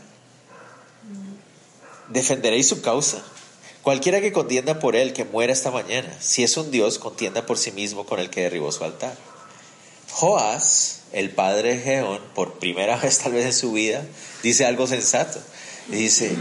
[SPEAKER 1] ¿Defenderéis su causa? Cualquiera que contienda por él, que muera esta mañana. Si es un Dios, contienda por sí mismo con el que derribó su altar. Joás, el padre de Gedeón, por primera vez tal vez en su vida, dice algo sensato. Dice,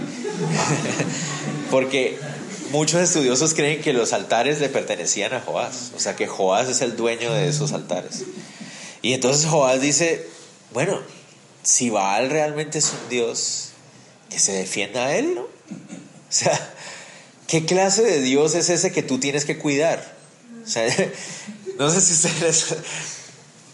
[SPEAKER 1] porque muchos estudiosos creen que los altares le pertenecían a Joás. O sea que Joás es el dueño de esos altares. Y entonces Joás dice: bueno, si Baal realmente es un Dios, que se defienda a él, ¿no? O sea, ¿qué clase de Dios es ese que tú tienes que cuidar? O sea, no sé si ustedes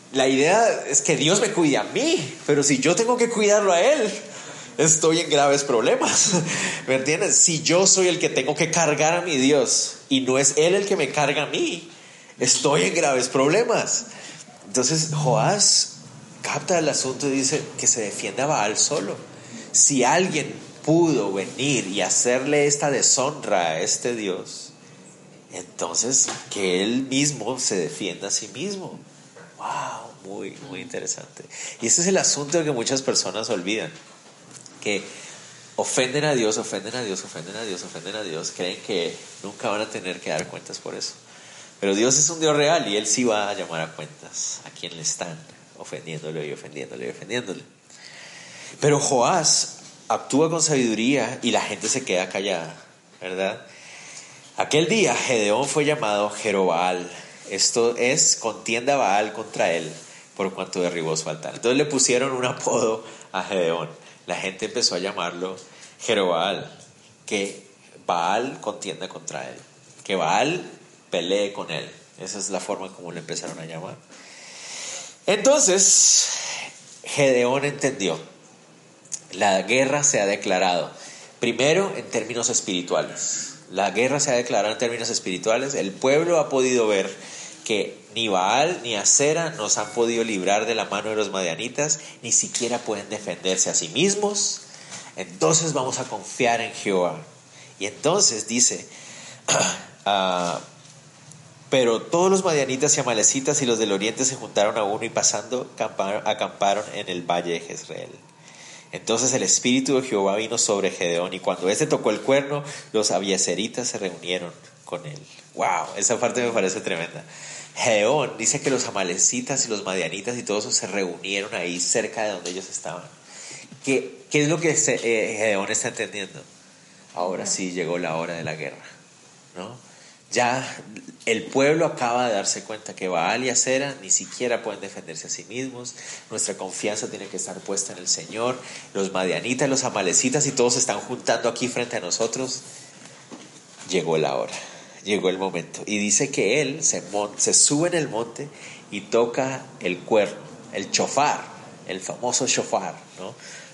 [SPEAKER 1] la idea es que Dios me cuide a mí, pero si yo tengo que cuidarlo a Él, estoy en graves problemas. ¿Me entiendes? Si yo soy el que tengo que cargar a mi Dios y no es Él el que me carga a mí, estoy en graves problemas. Entonces Joás capta el asunto y dice que se defienda a Baal solo. Si alguien pudo venir y hacerle esta deshonra a este Dios, entonces que él mismo se defienda a sí mismo. Wow, muy, muy interesante. Y ese es el asunto que muchas personas olvidan, que ofenden a Dios, ofenden a Dios, ofenden a Dios, ofenden a Dios, creen que nunca van a tener que dar cuentas por eso. Pero Dios es un Dios real y Él sí va a llamar a cuentas a quien le están ofendiéndole y ofendiéndole y ofendiéndole. Pero Joás actúa con sabiduría y la gente se queda callada, ¿verdad? Aquel día Gedeón fue llamado Jerobbaal. Esto es contienda Baal contra él por cuanto derribó su altar. Entonces le pusieron un apodo a Gedeón. La gente empezó a llamarlo Jerobbaal, que Baal contienda contra él, que Baal pelee con él. Esa es la forma como le empezaron a llamar. Entonces Gedeón entendió: la guerra se ha declarado. Primero, en términos espirituales. La guerra se ha declarado en términos espirituales. El pueblo ha podido ver que ni Baal ni Asera nos han podido librar de la mano de los madianitas, ni siquiera pueden defenderse a sí mismos. Entonces vamos a confiar en Jehová. Y entonces dice, pero todos los madianitas y amalecitas y los del oriente se juntaron a uno y pasando acamparon en el valle de Jezreel. Entonces el espíritu de Jehová vino sobre Gedeón, y cuando éste tocó el cuerno, los abiezeritas se reunieron con él. Wow, esa parte me parece tremenda. Gedeón dice que los amalecitas y los madianitas y todos esos se reunieron ahí cerca de donde ellos estaban. ¿Qué es lo que Gedeón está entendiendo? Ahora sí llegó la hora de la guerra, ¿no? Ya el pueblo acaba de darse cuenta que Baal y Asera ni siquiera pueden defenderse a sí mismos. Nuestra confianza tiene que estar puesta en el Señor. Los madianitas, los amalecitas y todos se están juntando aquí frente a nosotros. Llegó la hora, llegó el momento. Y dice que él se sube en el monte y toca el cuerno, el shofar, el famoso shofar, ¿no?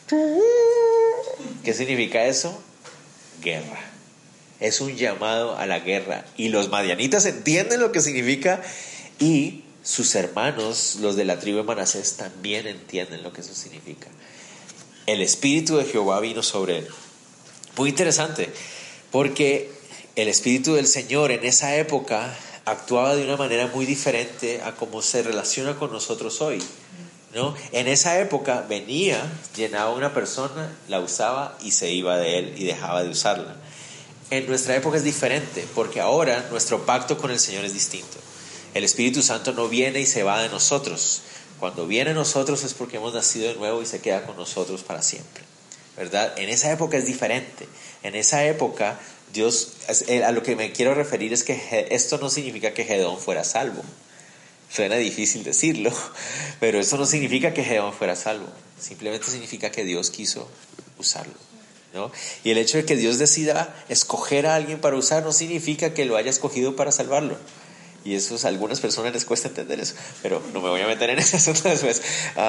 [SPEAKER 1] ¿Qué significa eso? Guerra. Es un llamado a la guerra. Y los madianitas entienden lo que significa, y sus hermanos, los de la tribu de Manasés, también entienden lo que eso significa. El espíritu de Jehová vino sobre él. Muy interesante, porque el espíritu del Señor en esa época actuaba de una manera muy diferente a cómo se relaciona con nosotros hoy, ¿no? En esa época venía, llenaba a una persona, la usaba y se iba de él y dejaba de usarla. En nuestra época es diferente, porque ahora nuestro pacto con el Señor es distinto. El Espíritu Santo no viene y se va de nosotros. Cuando viene a nosotros es porque hemos nacido de nuevo y se queda con nosotros para siempre, ¿verdad? En esa época es diferente. En esa época Dios, a lo que me quiero referir es que esto no significa que Gedeón fuera salvo. Suena difícil decirlo, pero eso no significa que Gedeón fuera salvo. Simplemente significa que Dios quiso usarlo, ¿no? Y el hecho de que Dios decida escoger a alguien para usar no significa que lo haya escogido para salvarlo. Y eso a algunas personas les cuesta entender eso, pero no me voy a meter en ese asunto después.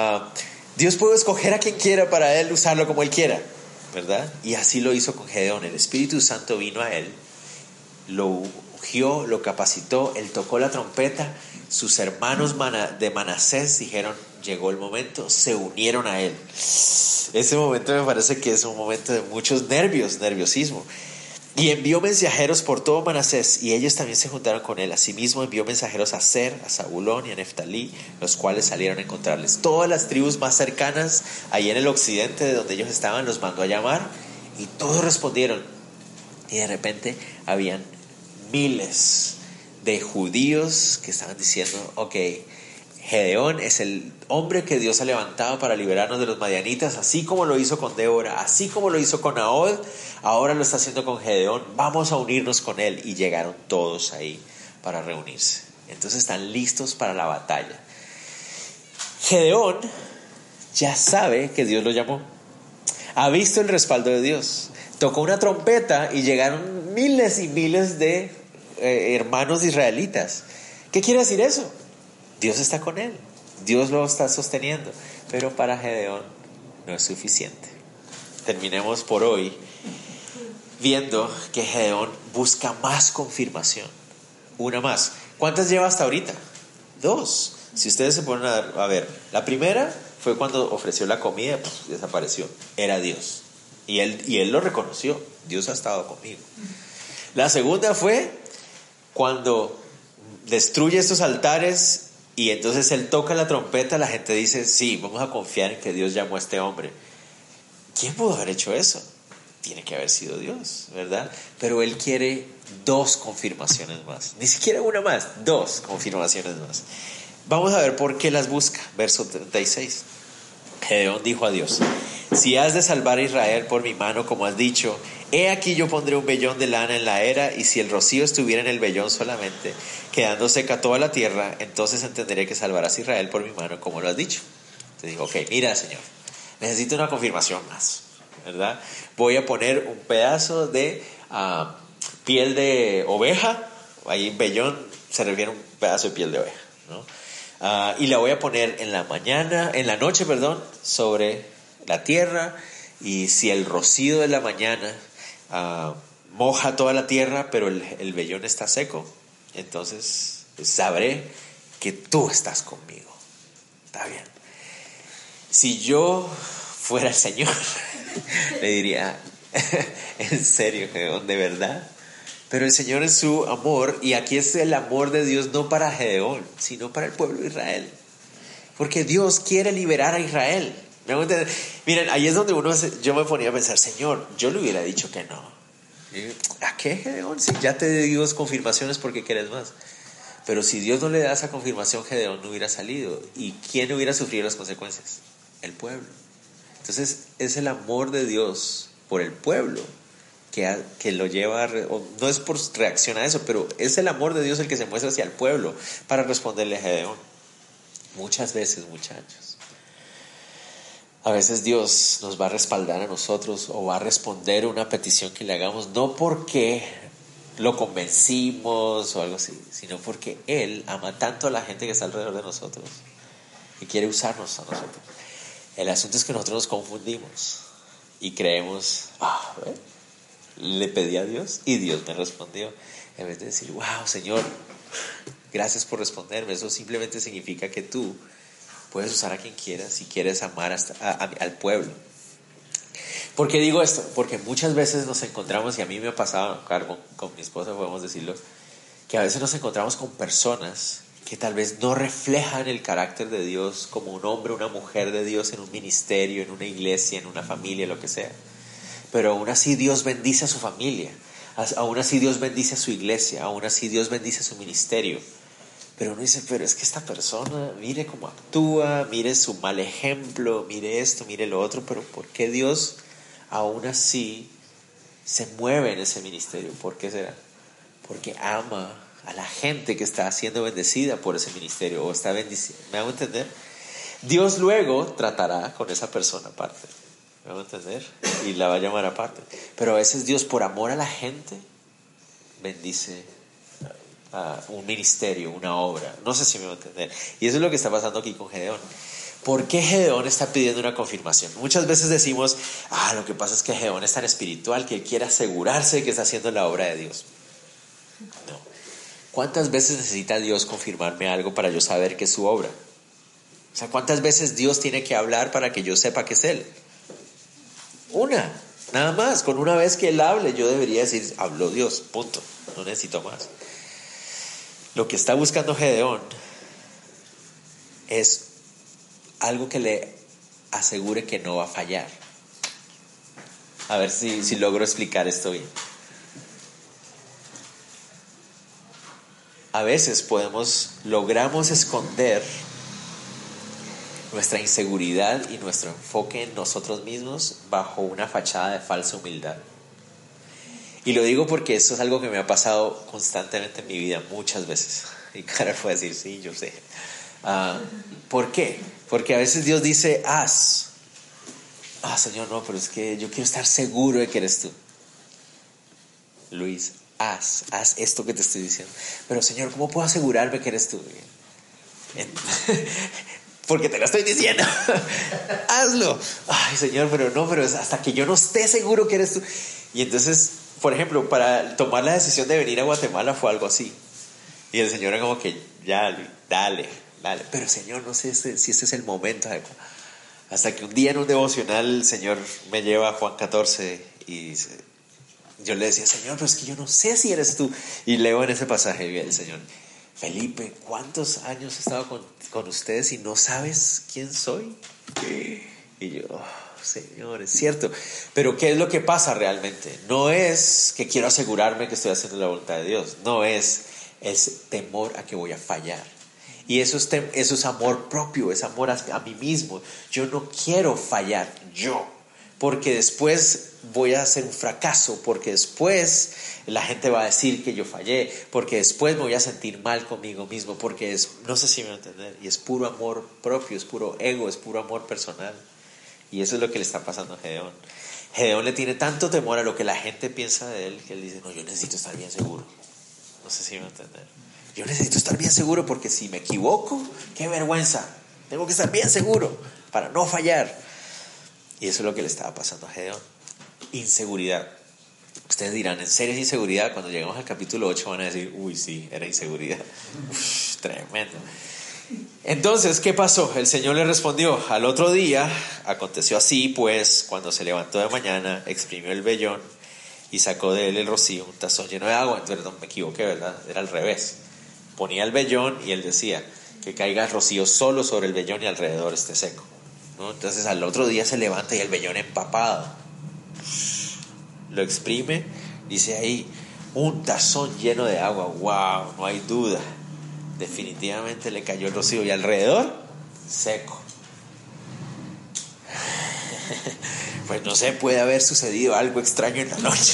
[SPEAKER 1] Dios puede escoger a quien quiera para él usarlo como él quiera, ¿verdad? Y así lo hizo con Gedeón. El Espíritu Santo vino a él, lo ungió, lo capacitó, él tocó la trompeta. Sus hermanos de Manasés dijeron: llegó el momento, se unieron a él. Ese momento me parece que es un momento de muchos nerviosismo. Y envió mensajeros por todo Manasés, y ellos también se juntaron con él. Asimismo envió mensajeros a Aser, a Zabulón y a Neftalí, los cuales salieron a encontrarles. Todas las tribus más cercanas, ahí en el occidente de donde ellos estaban, los mandó a llamar, y todos respondieron. Y de repente habían miles de judíos que estaban diciendo: ok, Gedeón es el hombre que Dios ha levantado para liberarnos de los madianitas, así como lo hizo con Débora, así como lo hizo con Nahod, ahora lo está haciendo con Gedeón, vamos a unirnos con él. Y llegaron todos ahí para reunirse. Entonces están listos para la batalla. Gedeón ya sabe que Dios lo llamó, ha visto el respaldo de Dios, tocó una trompeta y llegaron miles y miles de hermanos israelitas. ¿Qué quiere decir eso? Dios está con él. Dios lo está sosteniendo, pero para Gedeón no es suficiente. Terminemos por hoy viendo que Gedeón busca más confirmación. Una más. ¿Cuántas lleva hasta ahorita? 2. Si ustedes se ponen a ver, la primera fue cuando ofreció la comida, desapareció. Era Dios. Y él lo reconoció. Dios ha estado conmigo. La segunda fue cuando destruye estos altares y entonces él toca la trompeta. La gente dice, sí, vamos a confiar en que Dios llamó a este hombre. ¿Quién pudo haber hecho eso? Tiene que haber sido Dios, ¿verdad? Pero él quiere 2 confirmaciones más. Ni siquiera una más, 2 confirmaciones más. Vamos a ver por qué las busca. Verso 36. Gedeón dijo a Dios: si has de salvar a Israel por mi mano, como has dicho, he aquí yo pondré un vellón de lana en la era, y si el rocío estuviera en el vellón solamente, quedando seca toda la tierra, entonces entenderé que salvarás a Israel por mi mano, como lo has dicho. Te digo, ok, mira, Señor, necesito una confirmación más, ¿verdad? Voy a poner un pedazo de piel de oveja. Ahí vellón se refiere a un pedazo de piel de oveja, ¿no? Y la voy a poner en la noche, sobre la tierra, y si el rocío de la mañana moja toda la tierra, pero el vellón está seco, entonces sabré que tú estás conmigo. Está bien. Si yo fuera el Señor, le diría, en serio, Gedeón, ¿de verdad? Pero el Señor es su amor, y aquí es el amor de Dios no para Gedeón, sino para el pueblo de Israel. Porque Dios quiere liberar a Israel. Miren, ahí es donde yo me ponía a pensar, Señor, yo le hubiera dicho que no. ¿A qué, Gedeón? Si ya te digo confirmaciones, porque quieres más. Pero si Dios no le da esa confirmación, Gedeón no hubiera salido. ¿Y quién hubiera sufrido las consecuencias? El pueblo. Entonces es el amor de Dios por el pueblo que lo lleva, no es por reacción a eso, pero es el amor de Dios el que se muestra hacia el pueblo para responderle a Gedeón. Muchas veces, muchachos, a veces Dios nos va a respaldar a nosotros o va a responder una petición que le hagamos, no porque lo convencimos o algo así, sino porque Él ama tanto a la gente que está alrededor de nosotros y quiere usarnos a nosotros. El asunto es que nosotros nos confundimos y creemos, le pedí a Dios y Dios me respondió, en vez de decir, wow, Señor, gracias por responderme. Eso simplemente significa que tú puedes usar a quien quieras si quieres amar al pueblo. ¿Por qué digo esto? Porque muchas veces nos encontramos, y a mí me ha pasado, con mi esposa podemos decirlo, que a veces nos encontramos con personas que tal vez no reflejan el carácter de Dios como un hombre, una mujer de Dios en un ministerio, en una iglesia, en una familia, lo que sea. Pero aún así Dios bendice a su familia, aún así Dios bendice a su iglesia, aún así Dios bendice a su ministerio. Pero uno dice, pero es que esta persona, mire cómo actúa, mire su mal ejemplo, mire esto, mire lo otro, pero ¿por qué Dios aún así se mueve en ese ministerio? ¿Por qué será? Porque ama a la gente que está siendo bendecida por ese ministerio o está bendiciendo. ¿Me hago entender? Dios luego tratará con esa persona aparte. ¿Me hago entender? Y la va a llamar aparte. Pero a veces Dios, por amor a la gente, bendice un ministerio, una obra. No sé si me va a entender. Y eso es lo que está pasando aquí con Gedeón. ¿Por qué Gedeón está pidiendo una confirmación? Muchas veces decimos, lo que pasa es que Gedeón es tan espiritual que él quiere asegurarse de que está haciendo la obra de Dios. No. ¿Cuántas veces necesita Dios confirmarme algo para yo saber que es su obra? O sea, ¿cuántas veces Dios tiene que hablar para que yo sepa que es Él? Una, nada más. Con una vez que Él hable, yo debería decir, habló Dios, punto. No necesito más. Lo que está buscando Gedeón es algo que le asegure que no va a fallar. A ver si logro explicar esto bien. A veces logramos esconder nuestra inseguridad y nuestro enfoque en nosotros mismos bajo una fachada de falsa humildad. Y lo digo porque eso es algo que me ha pasado constantemente en mi vida, muchas veces. Y Cara fue a decir, sí, yo sé. ¿Por qué? Porque a veces Dios dice, haz. Señor, no, pero es que yo quiero estar seguro de que eres tú. Luis, haz esto que te estoy diciendo. Pero Señor, ¿cómo puedo asegurarme que eres tú? porque te lo estoy diciendo. Hazlo. Ay, Señor, pero es hasta que yo no esté seguro que eres tú. Y entonces, por ejemplo, para tomar la decisión de venir a Guatemala fue algo así. Y el Señor era como que, ya, dale. Pero Señor, no sé si este es el momento. Hasta que un día en un devocional el Señor me lleva a Juan 14 y yo le decía, Señor, pero es que yo no sé si eres tú. Y leo en ese pasaje el Señor, Felipe, ¿cuántos años he estado con ustedes y no sabes quién soy? Y yo, Señor, es cierto. Pero ¿qué es lo que pasa realmente? No es que quiero asegurarme que estoy haciendo la voluntad de Dios. No es temor a que voy a fallar. Y eso es amor propio, es amor a mí mismo. Yo no quiero fallar yo, porque después voy a hacer un fracaso, porque después la gente va a decir que yo fallé, porque después me voy a sentir mal conmigo mismo, porque no sé si me va a entender, y es puro amor propio, es puro ego, es puro amor personal. Y eso es lo que le está pasando a Gedeón. Gedeón le tiene tanto temor a lo que la gente piensa de él, que él dice, no, yo necesito estar bien seguro. No sé si me va a entender. Yo necesito estar bien seguro, porque si me equivoco, qué vergüenza. Tengo que estar bien seguro para no fallar. Y eso es lo que le estaba pasando a Gedeón. Inseguridad. Ustedes dirán, ¿en serio es inseguridad? Cuando lleguemos al capítulo 8 van a decir, uy, sí, era inseguridad. Uf, tremendo. Entonces, ¿qué pasó? El Señor le respondió, al otro día aconteció así, pues, cuando se levantó de mañana, exprimió el vellón y sacó de él el rocío, un tazón lleno de agua. Perdón, me equivoqué, ¿verdad? Era al revés. Ponía el vellón y él decía, que caiga el rocío solo sobre el vellón y alrededor esté seco, ¿no? Entonces al otro día se levanta y el vellón empapado. Lo exprime, dice ahí, un tazón lleno de agua. Wow, no hay duda. Definitivamente le cayó el rocío y alrededor seco. Pues no sé, puede haber sucedido algo extraño en la noche.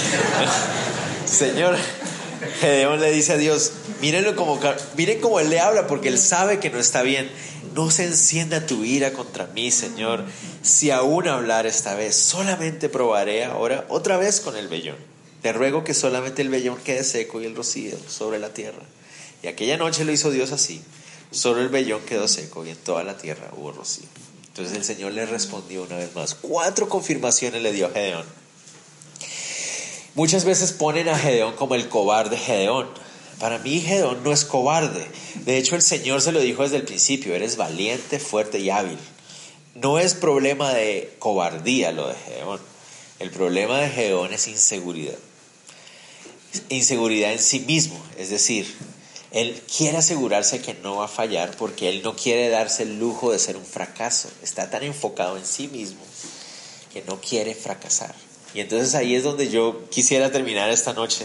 [SPEAKER 1] Señor, Gedeón le dice a Dios, miren cómo él le habla, porque él sabe que no está bien. No se encienda tu ira contra mí, Señor. Si aún hablar esta vez, solamente probaré ahora otra vez con el vellón. Te ruego que solamente el vellón quede seco y el rocío sobre la tierra. Y aquella noche lo hizo Dios así. Solo el vellón quedó seco y en toda la tierra hubo rocío. Entonces el Señor le respondió una vez más. 4 confirmaciones le dio a Gedeón. Muchas veces ponen a Gedeón como el cobarde Gedeón. Para mí Gedeón no es cobarde. De hecho el Señor se lo dijo desde el principio. Eres valiente, fuerte y hábil. No es problema de cobardía lo de Gedeón. El problema de Gedeón es inseguridad. Inseguridad en sí mismo. Es decir, él quiere asegurarse que no va a fallar porque él no quiere darse el lujo de ser un fracaso. Está tan enfocado en sí mismo que no quiere fracasar. Y entonces ahí es donde yo quisiera terminar esta noche.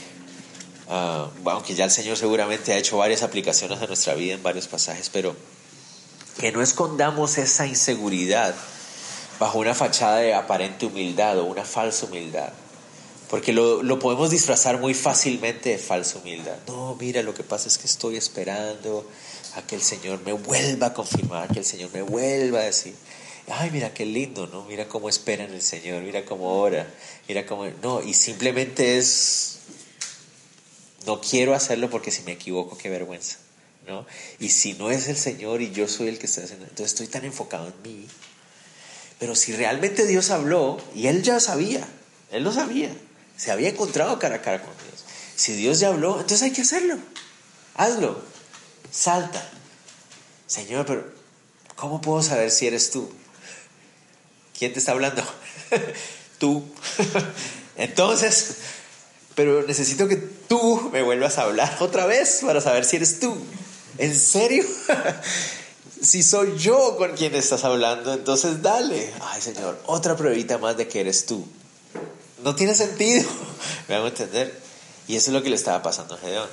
[SPEAKER 1] Aunque ya el Señor seguramente ha hecho varias aplicaciones de nuestra vida en varios pasajes, pero que no escondamos esa inseguridad bajo una fachada de aparente humildad o una falsa humildad. Porque lo podemos disfrazar muy fácilmente de falsa humildad. No, mira, lo que pasa es que estoy esperando a que el Señor me vuelva a confirmar, que el Señor me vuelva a decir, ay, mira qué lindo, ¿no? Mira cómo espera en el Señor, mira cómo ora, mira cómo... No, y simplemente es, no quiero hacerlo porque si me equivoco, qué vergüenza, ¿no? Y si no es el Señor y yo soy el que está haciendo, entonces estoy tan enfocado en mí. Pero si realmente Dios habló, y Él ya sabía, Él lo sabía, se había encontrado cara a cara con Dios. Si Dios ya habló, entonces hay que hacerlo. Hazlo. Salta. Señor, pero ¿cómo puedo saber si eres tú? ¿Quién te está hablando? Tú. Entonces, pero necesito que tú me vuelvas a hablar otra vez para saber si eres tú. ¿En serio? Si soy yo con quien estás hablando, entonces dale. Ay, Señor, otra pruebita más de que eres tú. No tiene sentido. ¿Me hago entender? Y eso es lo que le estaba pasando a Gedeón.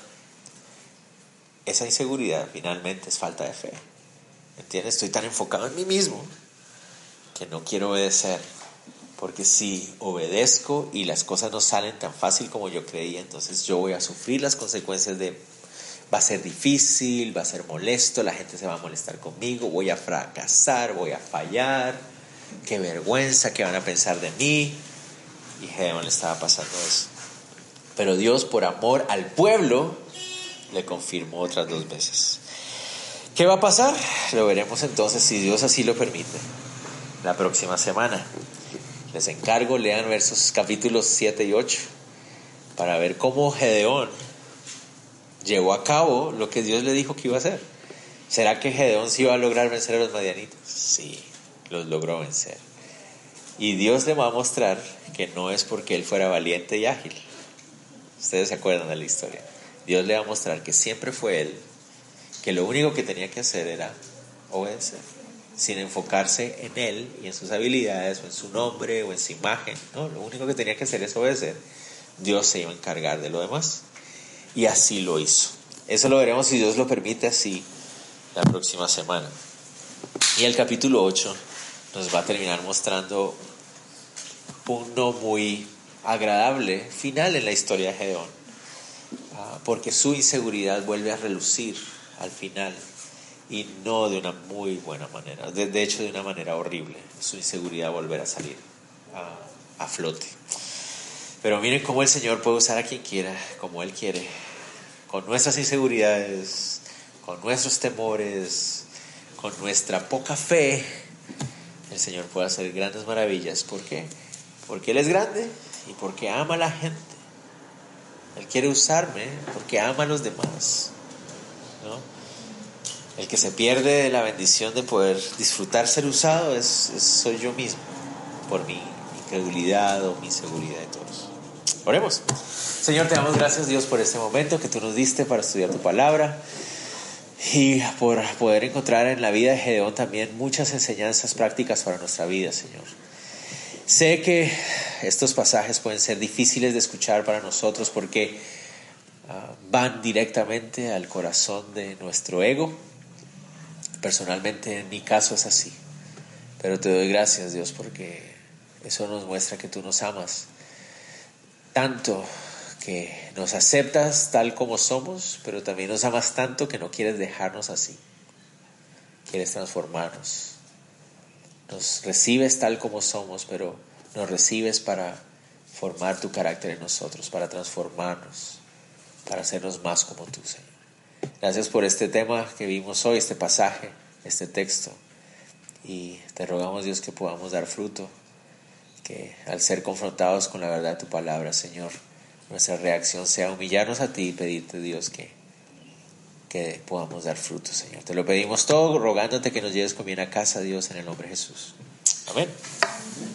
[SPEAKER 1] Esa inseguridad finalmente es falta de fe. ¿Entiendes? Estoy tan enfocado en mí mismo que no quiero obedecer. Porque si obedezco y las cosas no salen tan fácil como yo creía, entonces yo voy a sufrir las consecuencias de... Va a ser difícil, va a ser molesto, la gente se va a molestar conmigo, voy a fracasar, voy a fallar. Qué vergüenza, ¿qué van a pensar de mí? Y Gedeón le estaba pasando eso. Pero Dios, por amor al pueblo, le confirmó otras 2 veces. ¿Qué va a pasar? Lo veremos entonces, si Dios así lo permite, la próxima semana. Les encargo, lean versos capítulos 7 y 8 para ver cómo Gedeón llevó a cabo lo que Dios le dijo que iba a hacer. ¿Será que Gedeón sí iba a lograr vencer a los madianitas? Sí, los logró vencer. Y Dios le va a mostrar que no es porque él fuera valiente y ágil. Ustedes se acuerdan de la historia. Dios le va a mostrar que siempre fue él, que lo único que tenía que hacer era obedecer, sin enfocarse en él y en sus habilidades o en su nombre o en su imagen. No, lo único que tenía que hacer es obedecer. Dios se iba a encargar de lo demás. Y así lo hizo. Eso lo veremos, si Dios lo permite, así la próxima semana. Y el capítulo 8 nos va a terminar mostrando un no muy agradable final en la historia de Gedeón, porque su inseguridad vuelve a relucir al final, y no de una muy buena manera, de hecho de una manera horrible. Su inseguridad volverá a salir a flote. Pero miren cómo el Señor puede usar a quien quiera, como Él quiere, con nuestras inseguridades, con nuestros temores, con nuestra poca fe. El Señor puede hacer grandes maravillas. ¿Por qué? Porque Él es grande y porque ama a la gente. Él quiere usarme porque ama a los demás, ¿no? El que se pierde de la bendición de poder disfrutar ser usado soy yo mismo, por mi incredulidad o mi inseguridad de todos. Oremos. Señor, te damos gracias, Dios, por este momento que tú nos diste para estudiar tu palabra y por poder encontrar en la vida de Gedeón también muchas enseñanzas prácticas para nuestra vida, Señor. Sé que estos pasajes pueden ser difíciles de escuchar para nosotros porque van directamente al corazón de nuestro ego. Personalmente en mi caso es así, pero te doy gracias, Dios, porque eso nos muestra que tú nos amas tanto, que nos aceptas tal como somos, pero también nos amas tanto que no quieres dejarnos así. Quieres transformarnos. Nos recibes tal como somos, pero nos recibes para formar tu carácter en nosotros, para transformarnos, para hacernos más como tú, Señor. Gracias por este tema que vimos hoy, este pasaje, este texto. Y te rogamos, Dios, que podamos dar fruto, que al ser confrontados con la verdad de tu palabra, Señor, nuestra reacción sea humillarnos a ti y pedirte, Dios, que podamos dar fruto, Señor. Te lo pedimos todo, rogándote que nos lleves con bien a casa, Dios, en el nombre de Jesús. Amén.